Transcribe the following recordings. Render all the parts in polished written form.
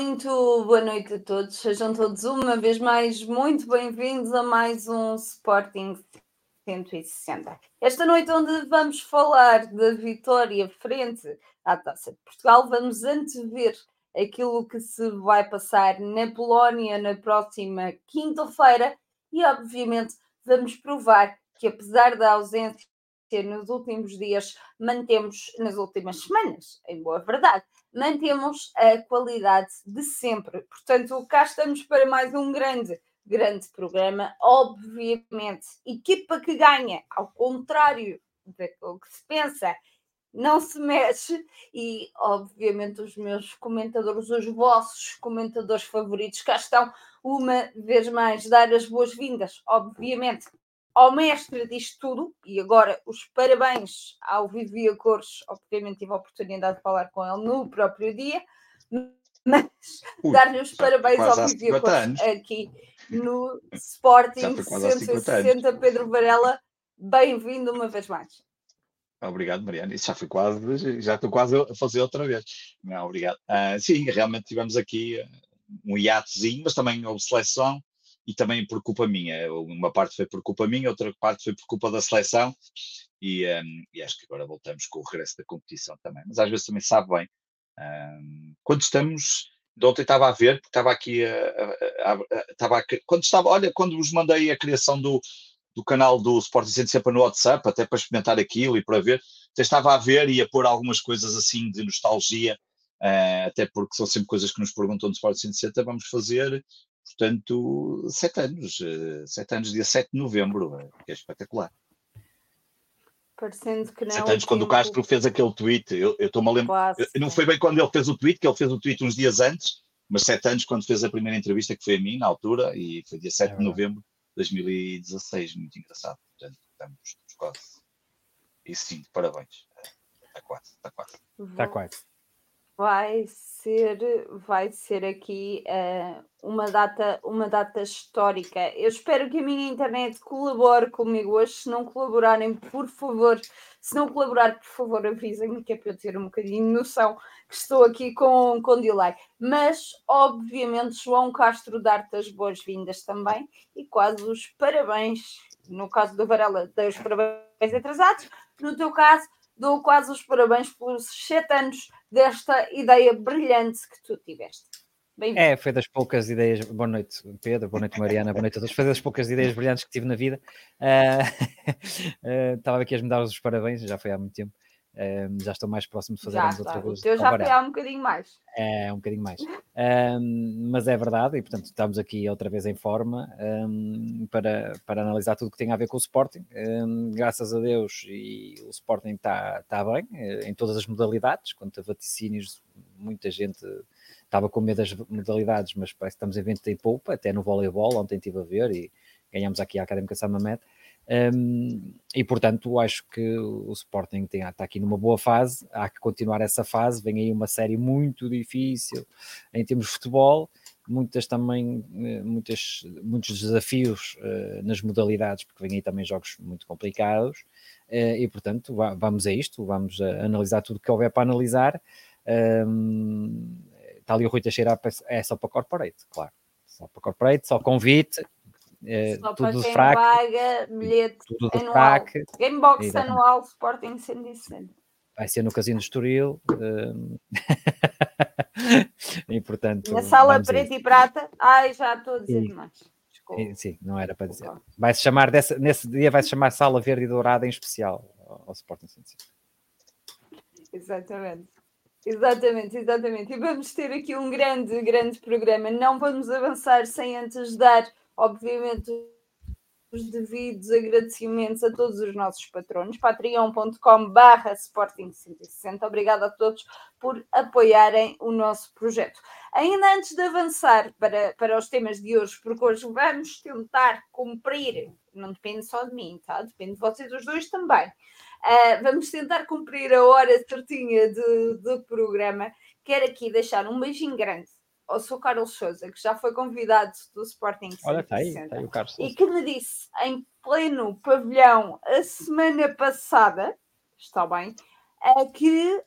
Muito boa noite a todos, sejam todos uma vez mais muito bem-vindos a mais um Sporting 160. Esta noite onde vamos falar da vitória frente à Taça de Portugal, vamos antever aquilo que se vai passar na Polónia na próxima quinta-feira e obviamente vamos provar que apesar da ausência nos últimos dias, nas últimas semanas, em boa verdade, mantemos a qualidade de sempre. Portanto, cá estamos para mais um grande programa. Obviamente, equipa que ganha, ao contrário daquilo que se pensa, não se mexe e, obviamente, os meus comentadores, os vossos comentadores favoritos, cá estão uma vez mais dar as boas-vindas, obviamente, ao mestre disto tudo, e agora os parabéns ao vivo e a cores, obviamente tive a oportunidade de falar com ele no próprio dia, mas dar-lhe os parabéns ao vivo e a cores aqui no Sporting 160, Pedro Varela, bem-vindo uma vez mais. Obrigado, Mariana. Isso já estou quase a fazer outra vez. Não, obrigado. Sim, realmente tivemos aqui um hiatozinho, mas também houve seleção e também por culpa minha. Uma parte foi por culpa minha, outra parte foi por culpa da seleção e acho que agora voltamos com o regresso da competição também. Mas às vezes também sabe bem. Quando estamos... De ontem estava a ver, porque estava aqui quando vos mandei a criação do canal do Sporting sempre no WhatsApp, até para experimentar aquilo e para ver, até estava a ver e a pôr algumas coisas assim de nostalgia, até porque são sempre coisas que nos perguntam do Sporting 160, vamos fazer, portanto, 7 anos, dia 7 de novembro, que é espetacular. Parecendo que não. 7 anos, quando o Castro fez aquele tweet, eu estou-me a lembrar, não foi bem quando ele fez o tweet, que ele fez o tweet uns dias antes, mas 7 anos quando fez a primeira entrevista, que foi a mim, na altura, e foi dia 7 de novembro de 2016, muito engraçado. Portanto, estamos quase. E sim, parabéns. Está quase. Vai ser aqui uma data histórica. Eu espero que a minha internet colabore comigo hoje. Se não colaborar, por favor, avisem-me, que é para eu ter um bocadinho de noção que estou aqui com delay. Mas, obviamente, João Castro, dar-te as boas-vindas também e quase os parabéns. No caso do Varela, dei os parabéns atrasados. No teu caso, dou quase os parabéns pelos 7 anos desta ideia brilhante que tu tiveste. Bem-vindo. Foi das poucas ideias. Boa noite, Pedro. Boa noite, Mariana. Boa noite a todos. Foi das poucas ideias brilhantes que tive na vida. Estava aqui a me dar os parabéns, já foi há muito tempo. Já estou mais próximo de fazermos outra vez. O teu já foi há um bocadinho mais. Um bocadinho mais. Mas é verdade, e portanto estamos aqui outra vez em forma para analisar tudo o que tem a ver com o Sporting. Graças a Deus, e o Sporting está bem em todas as modalidades. Quanto a vaticínios, muita gente estava com medo das modalidades, mas parece que estamos em vento e poupa, até no voleibol, ontem estive a ver e ganhamos aqui a Académica Samamed. E portanto acho que o Sporting está aqui numa boa fase, há que continuar essa fase. Vem aí uma série muito difícil em termos de futebol, muitos desafios nas modalidades, porque vem aí também jogos muito complicados, e portanto vamos a isto, vamos a analisar tudo que houver para analisar. Está ali o Rui Teixeira, é só para corporate, claro, só para corporate, só convite. Só tudo para quem fraco, paga bilhete anual. Fraco. Gamebox exatamente. Anual Sporting 160. Vai ser no Casino do Estoril. E portanto, na sala preta e prata. Ai, já estou a dizer demais. Desculpa. Sim, não era para dizer. Vai-se chamar nesse dia vai-se chamar Sala Verde e Dourada em especial ao Sporting 160. Exatamente. E vamos ter aqui um grande programa. Não vamos avançar sem antes dar, obviamente, os devidos agradecimentos a todos os nossos patronos. patreon.com/Sporting160. Obrigada a todos por apoiarem o nosso projeto. Ainda antes de avançar para os temas de hoje, porque hoje vamos tentar cumprir, não depende só de mim, tá? Depende de vocês os dois também. Vamos tentar cumprir a hora certinha do programa. Quero aqui deixar um beijinho grande ao Sr. Carlos Sousa, que já foi convidado do Sporting 160. Olha, está aí o Carlos Sousa. E que me disse em pleno pavilhão a semana passada, está bem, que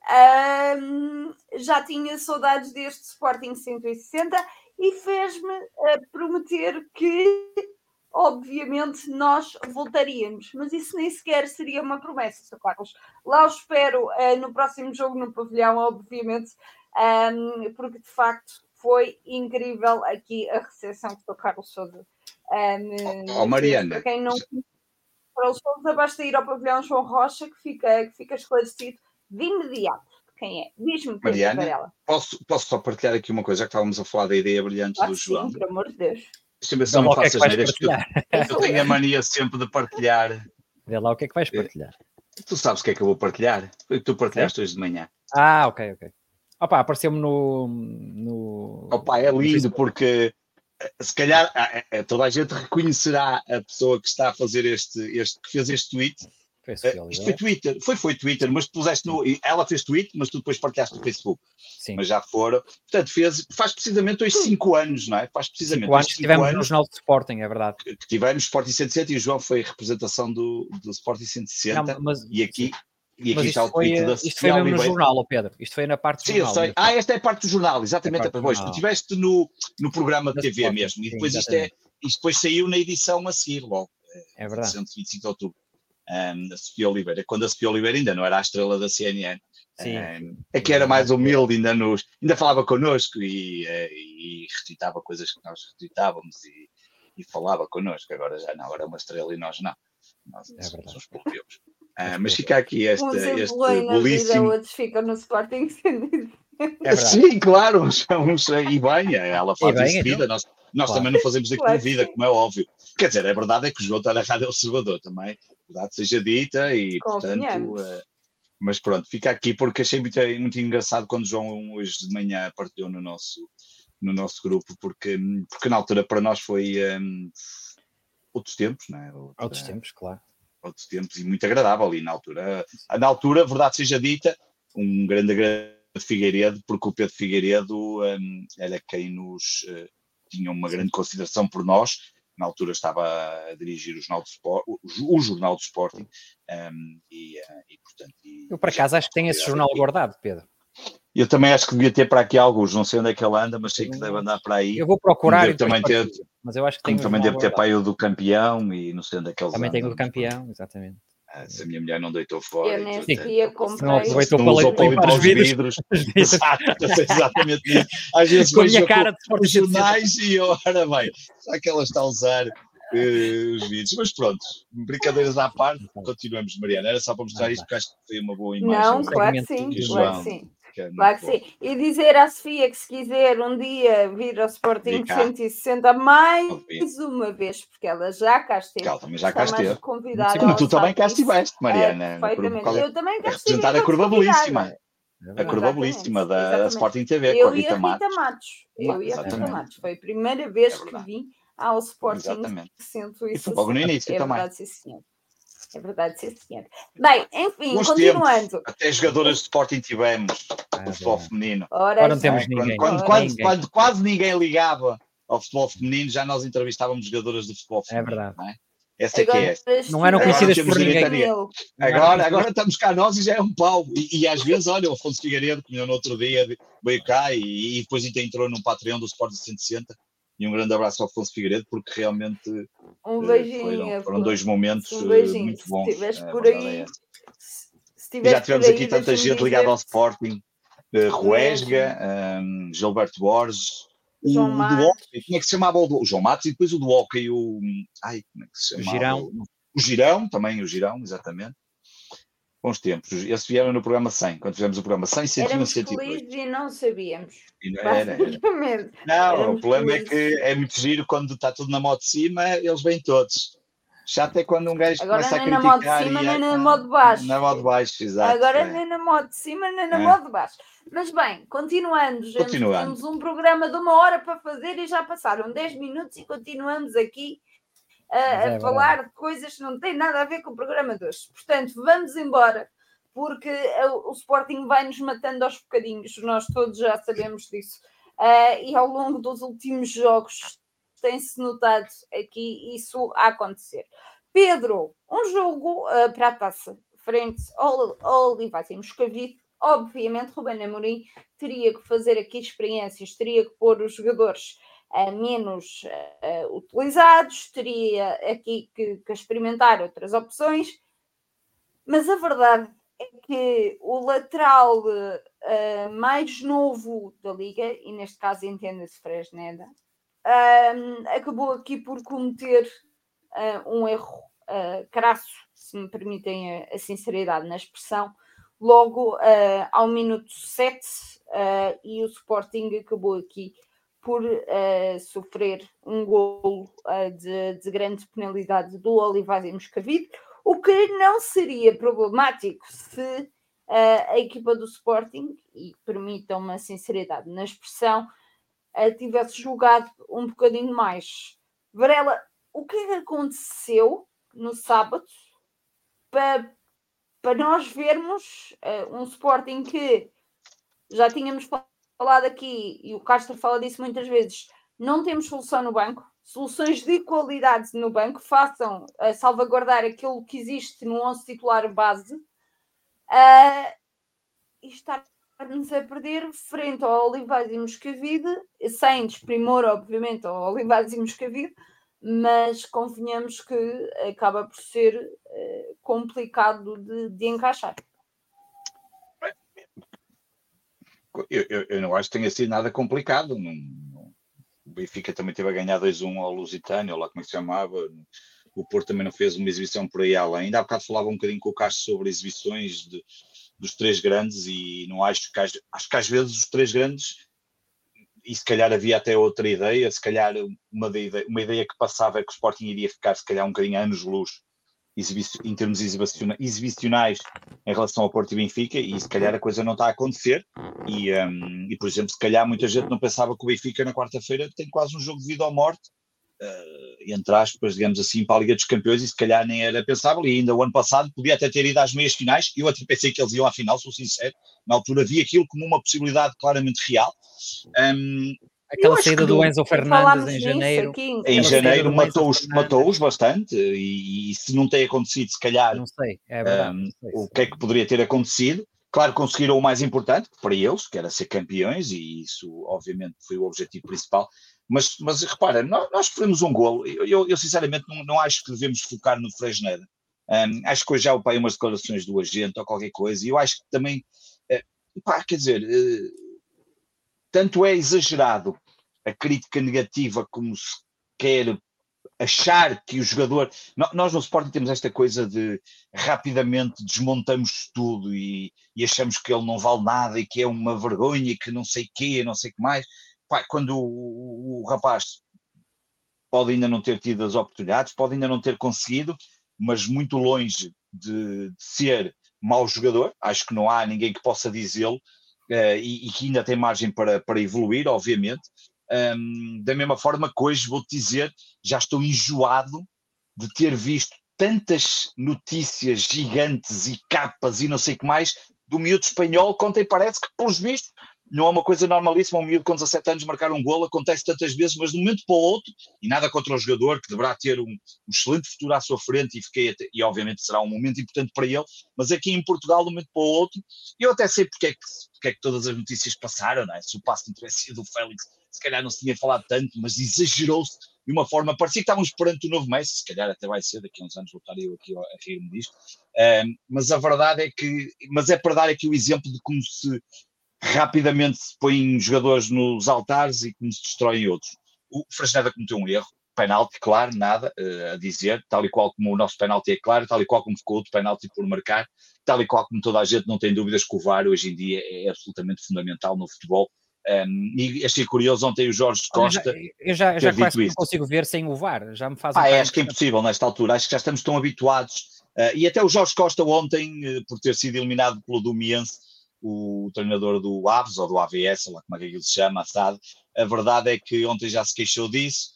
já tinha saudades deste Sporting 160 e fez-me prometer que, obviamente, nós voltaríamos. Mas isso nem sequer seria uma promessa, Sr. Carlos. Lá o espero no próximo jogo no pavilhão, obviamente, porque de facto foi incrível aqui a recepção que o Sr. Carlos Sousa Mariana, para quem não para os Sousa, basta ir ao pavilhão João Rocha que fica esclarecido de imediato de quem é. Diz-me, Pedro Varela. Posso só partilhar aqui uma coisa, já que estávamos a falar da ideia brilhante do João. Sim, por amor de Deus. Deixa-me ver se eu não faço asneiras, eu tenho a mania sempre de partilhar. Vê lá o que é que vais partilhar. Tu sabes o que é que eu vou partilhar? Foi o que tu partilhaste hoje de manhã. Ok. Opa, apareceu-me no... Opa, é lindo porque se calhar toda a gente reconhecerá a pessoa que está a fazer que fez este tweet. Isto foi Twitter, foi Twitter, mas tu puseste ela fez tweet, mas tu depois partilhaste no Facebook. Sim. Mas já foram. Portanto, faz precisamente hoje 5 anos, não é? Faz precisamente 5 anos que tivemos no Jornal do Sporting, é verdade. Que tivemos Sporting 160 e o João foi representação do Sporting 160. E aqui está o tweet da isto foi mesmo no jornal, Pedro. Isto foi na parte do jornal. Sim, eu sei. Esta é a parte do jornal, exatamente. Depois, tu estiveste no programa de TV mesmo. E depois isto depois saiu na edição a seguir, logo. É verdade. 125 de outubro. A Sofia Oliveira, quando a Sofia Oliveira ainda não era a estrela da CNN. Aqui era mais humilde, ainda falava connosco e retweetava coisas que nós retweetávamos e falava connosco. Agora já não, agora é uma estrela e nós não. Nós somos poucos. Mas fica aqui este belíssimo. Outros ficam no Sporting. Sim, claro, e bem, ela faz isso de vida, nós também não fazemos aquilo de vida, como é óbvio. Quer dizer, a verdade é que o João está na Rádio Observador também, verdade seja dita, e portanto, mas pronto, fica aqui porque achei muito, muito engraçado quando o João hoje de manhã partilhou no nosso grupo, porque na altura para nós foi outros tempos, não é? Outros tempos, claro. Outros tempos e muito agradável, e na altura, verdade seja dita, um grande de Figueiredo, porque o Pedro Figueiredo era quem nos tinha uma grande consideração por nós. Na altura estava a dirigir o Jornal do Sporting e portanto... Eu, por acaso, acho que tem esse jornal guardado, Pedro. Eu também acho que devia ter para aqui alguns, não sei onde é que ele anda, mas sei que deve andar para aí. Eu vou procurar e também ter, mas eu acho que tem também deve ter para aí o do Campeão e não sei onde é que eles também andam. tem o do Campeão, exatamente. Se a minha mulher não deitou fora. Eu nesse dia comprei. Não aproveitou para limpar os vidros. Exato, exatamente isso. Às vezes com a minha cara de os jornais e ora bem, será que ela está a usar os vídeos? Mas pronto, brincadeiras à parte, continuamos, Mariana. Era só para mostrar isto, porque acho que foi uma boa imagem. Não, claro que sim, claro que sim. Claro que sim. E dizer à Sofia que se quiser um dia vir ao Sporting 160 mais uma vez, porque ela já cá esteve. Ela também já cá esteve. Convidada. Tu também cá estiveste, Mariana. Perfeitamente. Eu também cá estive. Representar a curva belíssima. A curva belíssima da Sporting TV com a Rita Matos. Eu e a Rita Matos. Foi a primeira vez que vim ao Sporting 160. E foi logo no início também. Verdade, sim, senhor. É verdade, sim, senhor. Bem, enfim, continuando. Tempos, até jogadoras de Sporting tivemos no futebol feminino. Ora não temos ninguém. Quando quase ninguém ligava ao futebol feminino, já nós entrevistávamos jogadoras de futebol feminino. É verdade. Não é? Essa é que é. Não eram conhecidas por ninguém. Agora estamos cá nós e já é um pau. E às vezes, olha, o Afonso Figueiredo, que no outro dia veio cá e depois ainda entrou no Patreon do Sporting 160. E um grande abraço ao Afonso Figueiredo, porque realmente foram 2 momentos muito bons. Se estiveres por aí. Já tivemos aqui tanta gente ligada ao Sporting. Ruesga, Gilberto Borges, João Matos. Como é que se chamava o João Matos? E depois o do Hockey, como é que se chamava? O Girão. O Girão, também o Girão, exatamente. Bons tempos. Esses vieram no programa 100, quando fizemos o programa 100, 101, 102. Éramos felizes e não sabíamos. E não era. Não, o problema é que é muito giro quando está tudo na moto de cima, eles vêm todos. Chato é quando um gajo começa a criticar. Agora nem na moto de cima, nem na moto de baixo. Na moto de baixo, exato. Agora nem na moto de cima, nem na moto de baixo. Mas bem, continuando. Temos um programa de 1 hora para fazer e já passaram 10 minutos e continuamos aqui a falar de coisas que não têm nada a ver com o programa de hoje. Portanto, vamos embora, porque o Sporting vai-nos matando aos bocadinhos, nós todos já sabemos disso. E ao longo dos últimos jogos tem-se notado aqui isso a acontecer. Pedro, um jogo para a taça frente ao Olivais e Moscavide, obviamente Ruben Amorim teria que fazer aqui experiências, teria que pôr os jogadores menos utilizados, teria aqui que experimentar outras opções, mas a verdade é que o lateral mais novo da Liga, e neste caso entenda-se Fresneda, acabou aqui por cometer um erro crasso, se me permitem a sinceridade na expressão, logo ao minuto 7, e o Sporting acabou aqui por sofrer um golo de grande penalidade do Olivais e Moscavide, o que não seria problemático se a equipa do Sporting, e permitam-me a sinceridade na expressão, tivesse jogado um bocadinho mais. Varela, o que é que aconteceu no sábado para nós vermos um Sporting que já tínhamos falado aqui, e o Castro fala disso muitas vezes, não temos solução no banco, soluções de qualidade no banco, façam salvaguardar aquilo que existe no 11 titular base, e estar-nos a perder frente ao Olivais e Moscavide, sem desprimor, obviamente, ao Olivais e Moscavide, mas convenhamos que acaba por ser complicado de encaixar. Eu não acho que tenha sido nada complicado. O Benfica também teve a ganhar 2-1 ao Lusitânia, ou lá como é que se chamava. O Porto também não fez uma exibição por aí além. Ainda há bocado falava um bocadinho com o Castro sobre exibições dos três grandes, e não acho que às vezes os três grandes, e se calhar havia até outra ideia, se calhar uma ideia que passava é que o Sporting iria ficar se calhar um bocadinho a anos-luz em termos exibicionais em relação ao Porto e Benfica, e se calhar a coisa não está a acontecer, e por exemplo, se calhar muita gente não pensava que o Benfica na quarta-feira tem quase um jogo de vida ou morte, entre aspas, digamos assim, para a Liga dos Campeões, e se calhar nem era pensável, e ainda o ano passado podia até ter ido às meias finais, e eu até pensei que eles iam à final, sou sincero, na altura vi aquilo como uma possibilidade claramente real. Aquela saída do Enzo Fernandes em janeiro. Em janeiro matou-os bastante, e se não tem acontecido, se calhar, não sei, é verdade, o que é que poderia ter acontecido? Claro, conseguiram o mais importante para eles, que era ser campeões, e isso obviamente foi o objetivo principal, mas repara, nós preferimos um golo. Eu sinceramente não acho que devemos focar no Fresneda. Acho que hoje já umas declarações do agente ou qualquer coisa, e eu acho que também, quer dizer, tanto é exagerado a crítica negativa como se quer achar que o jogador... Nós no Sporting temos esta coisa de rapidamente desmontamos tudo e achamos que ele não vale nada e que é uma vergonha e que não sei quê, não sei o que mais. Quando o rapaz pode ainda não ter tido as oportunidades, pode ainda não ter conseguido, mas muito longe de ser mau jogador, acho que não há ninguém que possa dizê-lo, e que ainda tem margem para evoluir, obviamente. Da mesma forma que hoje vou-te dizer, já estou enjoado de ter visto tantas notícias gigantes e capas e não sei o que mais do miúdo espanhol, que ontem parece que, pelos vistos, não é uma coisa normalíssima, um miúdo com 17 anos marcar um golo, acontece tantas vezes, mas de um momento para o outro, e nada contra o jogador, que deverá ter um excelente futuro à sua frente, e obviamente será um momento importante para ele, mas aqui em Portugal, de um momento para o outro, eu até sei porque é que todas as notícias passaram, não é? Se o passe não tivesse sido o Félix, se calhar não se tinha falado tanto, mas exagerou-se de uma forma, parecia que estávamos perante o novo Messi, se calhar até vai ser, daqui a uns anos voltarei eu aqui a rir-me disto, mas a verdade é que, é para dar aqui o exemplo de como se rapidamente se põem jogadores nos altares e como se destroem outros. O Fresneda cometeu um erro, penalti, claro, nada a dizer, tal e qual como o nosso penalti é claro, tal e qual como ficou outro penalti por marcar, tal e qual como toda a gente não tem dúvidas que o VAR hoje em dia é absolutamente fundamental no futebol. E achei curioso ontem o Jorge Costa. Eu já quase não consigo ver sem o VAR, já me faz acho que é impossível nesta altura, acho que já estamos tão habituados, e até o Jorge Costa ontem, por ter sido eliminado pelo Domiense, o treinador do Aves, ou do AVS, ou lá como é que aquilo se chama, assado, a verdade é que ontem já se queixou disso,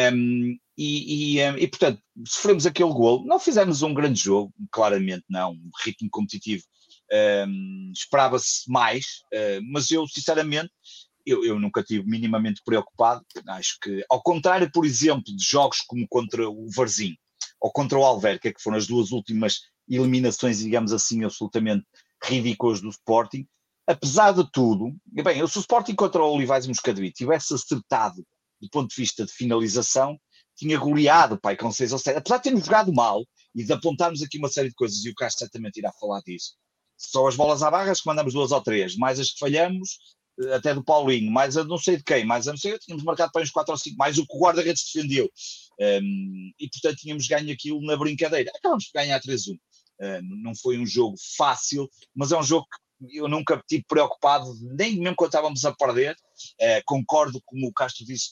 e portanto, sofremos aquele golo, não fizemos um grande jogo, claramente não, um ritmo competitivo, esperava-se mais, mas eu sinceramente, eu nunca estive minimamente preocupado, acho que, ao contrário, por exemplo, de jogos como contra o Varzim, ou contra o Alverca, que foram as duas últimas eliminações, digamos assim, absolutamente ridículas do Sporting. Apesar de tudo, bem, se o Sporting contra o Olivais e Moscavide tivesse acertado do ponto de vista de finalização, tinha goleado, pai, com 6 ou 7. Apesar de termos jogado mal e de apontarmos aqui uma série de coisas, e o Castro certamente irá falar disso, só as bolas à barra, que mandamos 2 ou 3, mais as que falhamos, até do Paulinho, mais a não sei de quem, mais a não sei, tínhamos marcado para uns 4 ou 5, mais o que o guarda-redes defendeu. E portanto tínhamos ganho aquilo na brincadeira. Acabamos de ganhar 3-1. Não foi um jogo fácil, mas é um jogo que eu nunca me tive preocupado, nem mesmo quando estávamos a perder. Concordo, como o Castro disse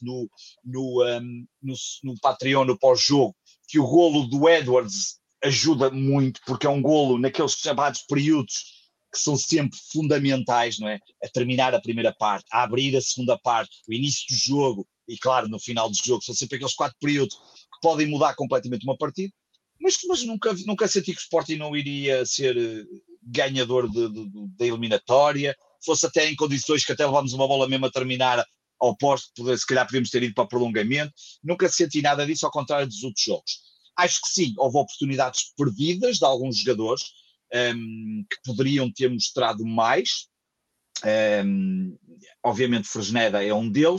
no Patreon, no pós-jogo, que o golo do Edwards ajuda muito, porque é um golo naqueles chamados períodos que são sempre fundamentais, não é? A terminar a primeira parte, a abrir a segunda parte, o início do jogo e, claro, no final do jogo. São sempre aqueles 4 períodos que podem mudar completamente uma partida, mas nunca senti que o Sporting não iria ser ganhador da eliminatória, fosse até em condições que até levámos uma bola mesmo a terminar ao poste, se calhar podíamos ter ido para prolongamento. Nunca senti nada disso, ao contrário dos outros jogos. Acho que sim, houve oportunidades perdidas de alguns jogadores que poderiam ter mostrado mais. Obviamente Fresneda é um deles.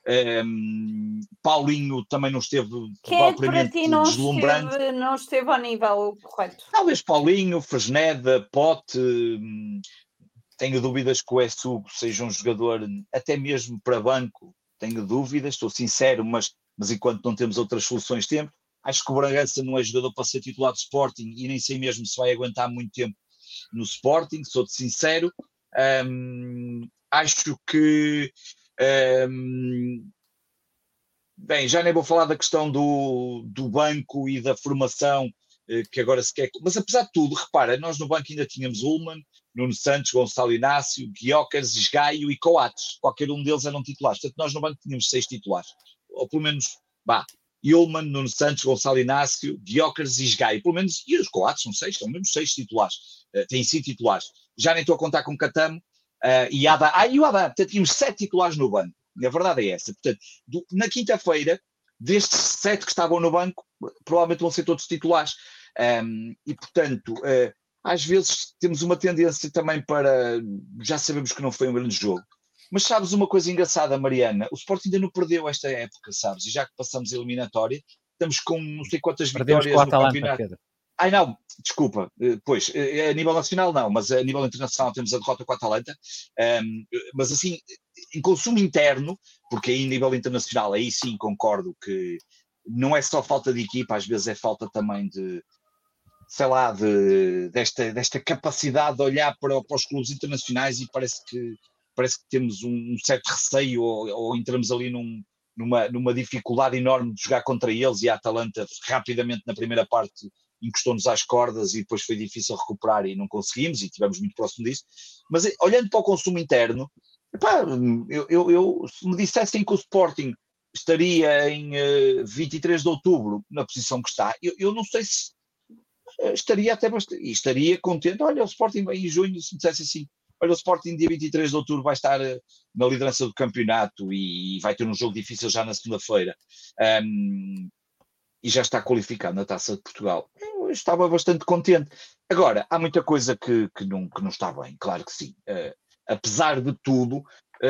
Paulinho também não esteve propriamente deslumbrante. Não esteve ao nível correto. Talvez Paulinho, Fresneda, Pote. Tenho dúvidas que o Essugo seja um jogador até mesmo para banco. Tenho dúvidas, estou sincero, mas enquanto não temos outras soluções temos. Acho que o Bragança não é jogador para ser titular de Sporting e nem sei mesmo se vai aguentar muito tempo no Sporting, sou-te sincero. Acho que bem, já nem vou falar da questão do banco e da formação, que agora se quer. Mas apesar de tudo, repara, nós no banco ainda tínhamos Ullmann, Nuno Santos, Gonçalo Inácio, Guiocas, Esgaio e Coates. Qualquer um deles eram titulares. Portanto, nós no banco tínhamos 6 titulares. Ou pelo menos, Ullmann, Nuno Santos, Gonçalo Inácio, Guiocas e Esgaio. Pelo menos, e os Coates são 6, são mesmo 6 titulares. Têm 5 titulares. Já nem estou a contar com Catamo e Ada. E o Ada. Portanto, tínhamos 7 titulares no banco. A verdade é essa. Portanto, na quinta-feira, destes 7 que estavam no banco, provavelmente vão ser todos titulares. E, portanto, às vezes temos uma tendência também para... Já sabemos que não foi um grande jogo. Mas sabes uma coisa engraçada, Mariana? O Sporting ainda não perdeu esta época, sabes? E já que passamos a eliminatória, estamos com não sei quantas vitórias no campeonato. Pedro. Ai não, desculpa, pois, a nível nacional não, mas a nível internacional temos a derrota com a Atalanta, mas assim, em consumo interno, porque aí a nível internacional, aí sim concordo que não é só falta de equipa, às vezes é falta também de, sei lá, desta capacidade de olhar para os clubes internacionais e parece que temos um certo receio ou entramos ali numa dificuldade enorme de jogar contra eles, e a Atalanta rapidamente na primeira parte encostou-nos às cordas e depois foi difícil recuperar e não conseguimos e estivemos muito próximo disso. Mas olhando para o consumo interno, se me dissessem que o Sporting estaria em 23 de outubro na posição que está, eu não sei se estaria até bastante, e estaria contente. Olha, o Sporting vem em junho, se me dissesse assim, olha, o Sporting dia 23 de outubro vai estar na liderança do campeonato e vai ter um jogo difícil já na segunda-feira. E já está qualificado na Taça de Portugal. Eu estava bastante contente. Agora, há muita coisa que não está bem, claro que sim. Apesar de tudo,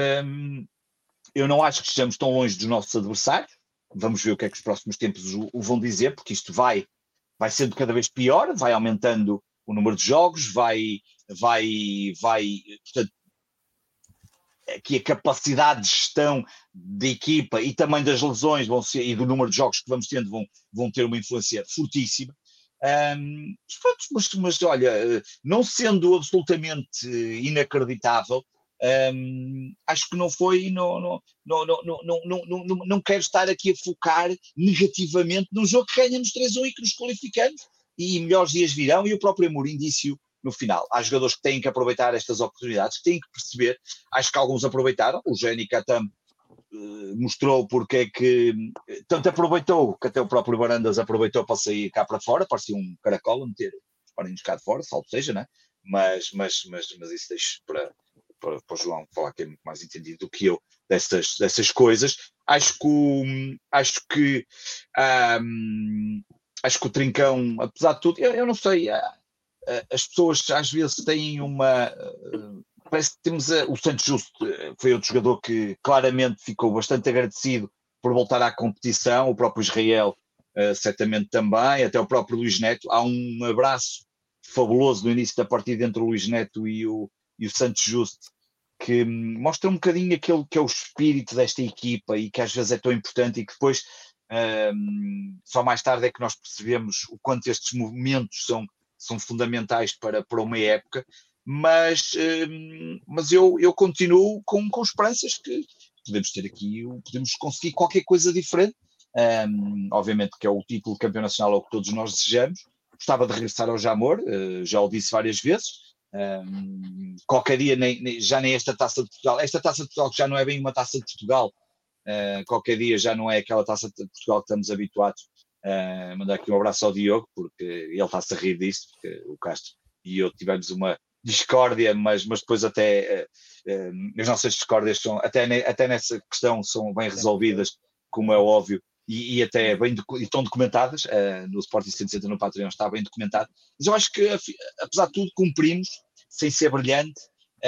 eu não acho que estejamos tão longe dos nossos adversários. Vamos ver o que é que os próximos tempos o vão dizer, porque isto vai sendo cada vez pior, vai aumentando o número de jogos, portanto, aqui a capacidade de gestão de equipa e também das lesões e do número de jogos que vamos tendo vão ter uma influência fortíssima. Mas olha, não sendo absolutamente inacreditável, acho que não foi, não quero estar aqui a focar negativamente num jogo que ganhamos 3-1 e que nos qualificamos, e melhores dias virão, e o próprio Amorim disse no final. Há jogadores que têm que aproveitar estas oportunidades, que têm que perceber. Acho que alguns aproveitaram. O Géni Catamo mostrou porque é que tanto aproveitou, que até o próprio Barandas aproveitou para sair cá para fora, parecia um caracol a meter os parinhos cá de fora, salvo seja, né? Mas isso deixo para o João falar, que é muito mais entendido do que eu dessas coisas. Acho que o Trincão, apesar de tudo, eu não sei, as pessoas às vezes têm uma... parece que temos o Santos Justo, foi outro jogador que claramente ficou bastante agradecido por voltar à competição, o próprio Israel certamente também, até o próprio Luís Neto. Há um abraço fabuloso no início da partida entre o Luís Neto e o Santos Justo, que mostra um bocadinho aquele que é o espírito desta equipa e que às vezes é tão importante, e que depois só mais tarde é que nós percebemos o quanto estes movimentos são fundamentais para uma época. Mas eu continuo com esperanças que podemos ter aqui, podemos conseguir qualquer coisa diferente. Obviamente que é o título de campeão nacional, é o que todos nós desejamos. Gostava de regressar ao Jamor, já o disse várias vezes. Qualquer dia, já nem esta Taça de Portugal, que já não é bem uma Taça de Portugal, qualquer dia já não é aquela Taça de Portugal que estamos habituados. Mandar aqui um abraço ao Diogo, porque ele está-se a rir disto, porque o Castro e eu tivemos uma discórdia, mas depois até as nossas discórdias são, até nessa questão, são bem resolvidas, como é óbvio, e até bem estão documentadas, no Sporting 160 no Patreon está bem documentado. Mas eu acho que, apesar de tudo, cumprimos, sem ser brilhante,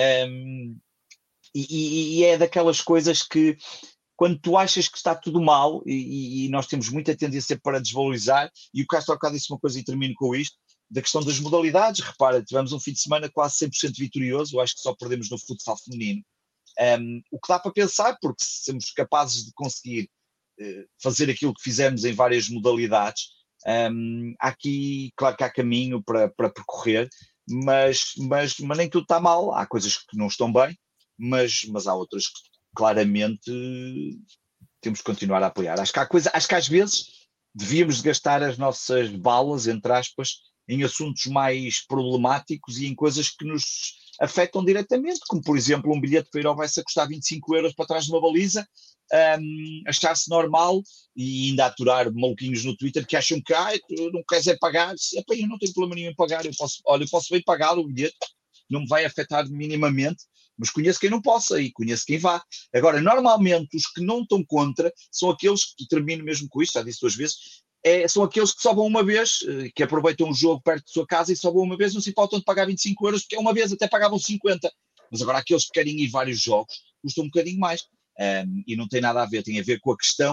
e é daquelas coisas que, quando tu achas que está tudo mal, e nós temos muita tendência para desvalorizar, e o Castro há disse uma coisa e termino com isto, da questão das modalidades. Repara, tivemos um fim de semana quase 100% vitorioso, eu acho que só perdemos no futsal feminino. O que dá para pensar, porque se somos capazes de conseguir fazer aquilo que fizemos em várias modalidades, aqui, claro que há caminho para percorrer, mas nem tudo está mal. Há coisas que não estão bem, mas há outras que claramente temos que continuar a apoiar. Acho que às vezes devíamos gastar as nossas balas, entre aspas, em assuntos mais problemáticos e em coisas que nos afetam diretamente, como por exemplo um bilhete para ir ao Bessa custar 25 euros para trás de uma baliza, achar-se normal, e ainda aturar maluquinhos no Twitter que acham que tu não queres pagar. Eu não tenho problema nenhum em pagar, eu posso bem pagar o bilhete, não me vai afetar minimamente, mas conheço quem não possa e conheço quem vá. Agora, normalmente, os que não estão contra são aqueles, e termino mesmo com isto, já disse 2 vezes, são aqueles que só vão uma vez, que aproveitam um jogo perto de sua casa e só vão uma vez, não se importam de pagar 25 euros, porque uma vez até pagavam 50. Mas agora aqueles que querem ir vários jogos custam um bocadinho mais. E não tem nada a ver, tem a ver com a questão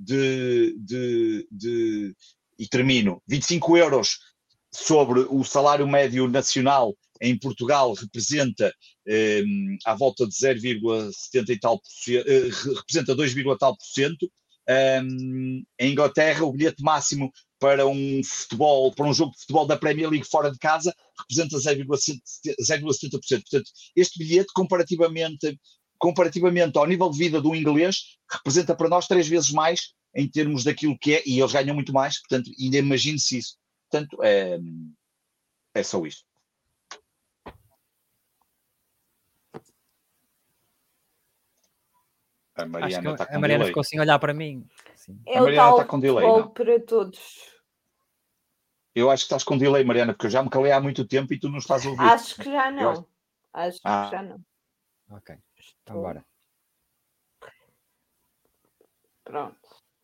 e termino, 25 euros sobre o salário médio nacional em Portugal representa à volta de 0,70 e tal por cento, representa 2, tal por cento. Em Inglaterra, o bilhete máximo para um jogo de futebol da Premier League fora de casa representa 0,70%. Portanto, este bilhete, comparativamente ao nível de vida do inglês, representa para nós 3 vezes mais em termos daquilo que é, e eles ganham muito mais, portanto, ainda imagine-se isso. Portanto, é só isto. A Mariana está com delay. Ficou assim a olhar para mim. Sim. É o tal futebol para todos. Eu acho que estás com delay, Mariana, porque eu já me calei há muito tempo e tu não estás a ouvir. Acho que já não. Acho que já não. Ok, então bora. Pronto.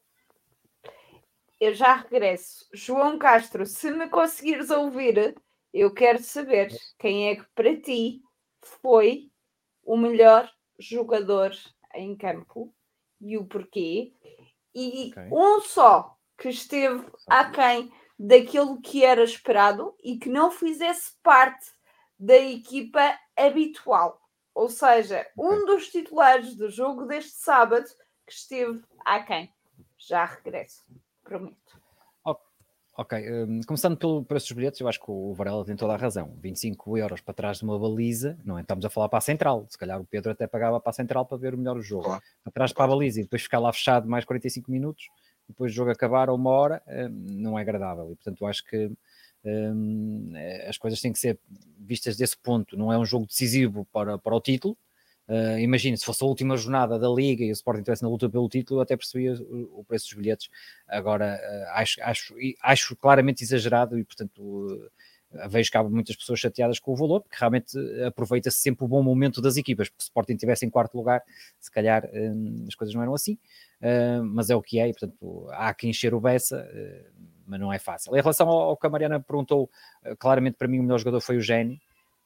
Eu já regresso. João Castro, se me conseguires ouvir, eu quero saber quem é que para ti foi o melhor jogador em campo e o porquê. E um só que esteve aquém daquilo que era esperado e que não fizesse parte da equipa habitual. Ou seja, um dos titulares do jogo deste sábado que esteve aquém. Já regresso. Prometo. Ok, começando por esses bilhetes, eu acho que o Varela tem toda a razão. 25 euros para trás de uma baliza, não é? Estamos a falar para a central. Se calhar o Pedro até pagava para a central para ver melhor o jogo. Claro. Para trás para a baliza e depois ficar lá fechado mais 45 minutos, depois o jogo acabar a 1 hora, não é agradável. E portanto eu acho que as coisas têm que ser vistas desse ponto. Não é um jogo decisivo para o título. Imagina, se fosse a última jornada da Liga e o Sporting estivesse na luta pelo título, eu até percebia o preço dos bilhetes. Agora, acho claramente exagerado e, portanto, vejo que há muitas pessoas chateadas com o valor, porque realmente aproveita-se sempre o bom momento das equipas, porque se o Sporting estivesse em 4º lugar, se calhar as coisas não eram assim, mas é o que é, e, portanto, há que encher o Bessa, mas não é fácil. Em relação ao que a Mariana perguntou, claramente para mim o melhor jogador foi o Géni,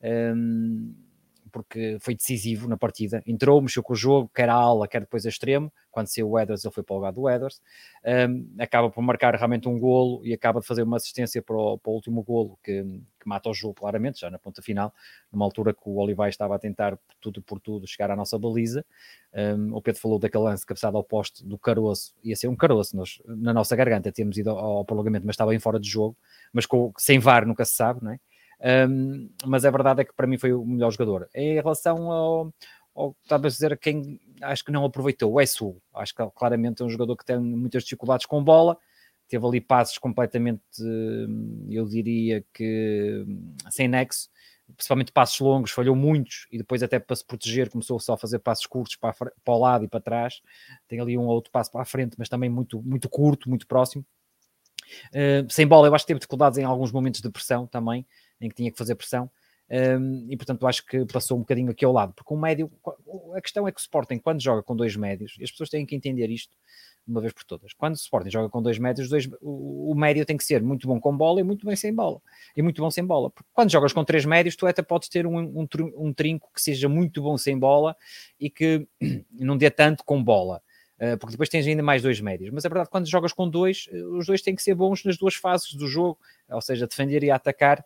porque foi decisivo na partida, entrou, mexeu com o jogo, quer a ala, quer depois a extremo. Quando saiu o Edwards, ele foi para o lugar do Edwards, acaba por marcar realmente um golo e acaba de fazer uma assistência para o último golo que mata o jogo claramente, já na ponta final, numa altura que o Olivais estava a tentar por tudo chegar à nossa baliza. O Pedro falou daquele lance cabeçado ao poste do caroço, ia ser um caroço, nós, na nossa garganta temos ido ao prolongamento, mas estava bem fora de jogo, mas sem VAR nunca se sabe, não é? Mas a verdade é que para mim foi o melhor jogador. Em relação ao que estava a dizer, quem acho que não aproveitou, o Esu, acho que claramente é um jogador que tem muitas dificuldades com bola, teve ali passos completamente, eu diria que sem nexo, principalmente passos longos, falhou muitos, e depois até para se proteger começou só a fazer passos curtos para o lado e para trás, tem ali um ou outro passo para a frente, mas também muito, muito curto, muito próximo. Sem bola eu acho que teve dificuldades em alguns momentos de pressão também, em que tinha que fazer pressão, e portanto acho que passou um bocadinho aqui ao lado, porque um médio, a questão é que o Sporting quando joga com 2 médios, e as pessoas têm que entender isto de uma vez por todas, quando o Sporting joga com 2 médios, o médio tem que ser muito bom com bola e muito bem sem bola, e muito bom sem bola, porque quando jogas com 3 médios tu até podes ter um trinco que seja muito bom sem bola e que não dê tanto com bola, porque depois tens ainda mais 2 médios, mas é verdade, quando jogas com 2, os 2 têm que ser bons nas 2 fases do jogo, ou seja, defender e atacar.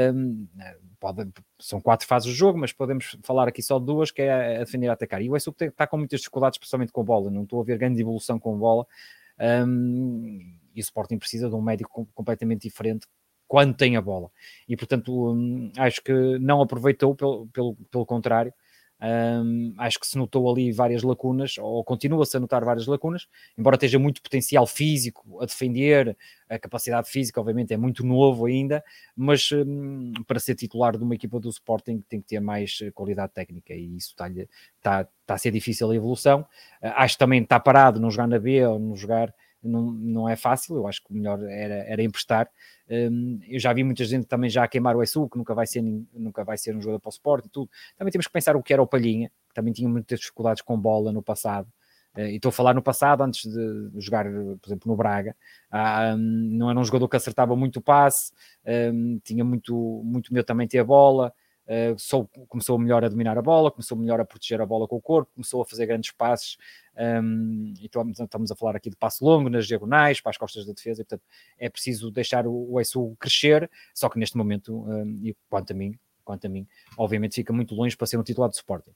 São 4 fases do jogo, mas podemos falar aqui só de 2, que é a defender e a atacar, e o Esu está com muitas dificuldades, especialmente com bola, não estou a ver grande evolução com bola, e o Sporting precisa de um médio completamente diferente quando tem a bola, e portanto acho que não aproveitou, pelo contrário. Acho que se notou ali várias lacunas, ou continua-se a notar várias lacunas, embora esteja muito potencial físico a defender, a capacidade física obviamente é muito novo ainda, mas para ser titular de uma equipa do Sporting tem que ter mais qualidade técnica, e isso está a ser difícil a evolução. Acho que também está parado, não jogar na B ou não jogar, não é fácil. Eu acho que o melhor era emprestar. Eu já vi muita gente também já a queimar o Esu, que nunca vai ser um jogador para o Sport e tudo. Também temos que pensar o que era o Palhinha, que também tinha muitas dificuldades com bola no passado, e estou a falar no passado, antes de jogar, por exemplo, no Braga. Não era um jogador que acertava muito o passe, tinha muito medo também de ter a bola. Começou melhor a dominar a bola, começou melhor a proteger a bola com o corpo, começou a fazer grandes passes, e estamos a falar aqui de passe longo nas diagonais, para as costas da defesa, e portanto é preciso deixar o Esu crescer, só que neste momento, e quanto a mim, obviamente fica muito longe para ser um titular do Sporting.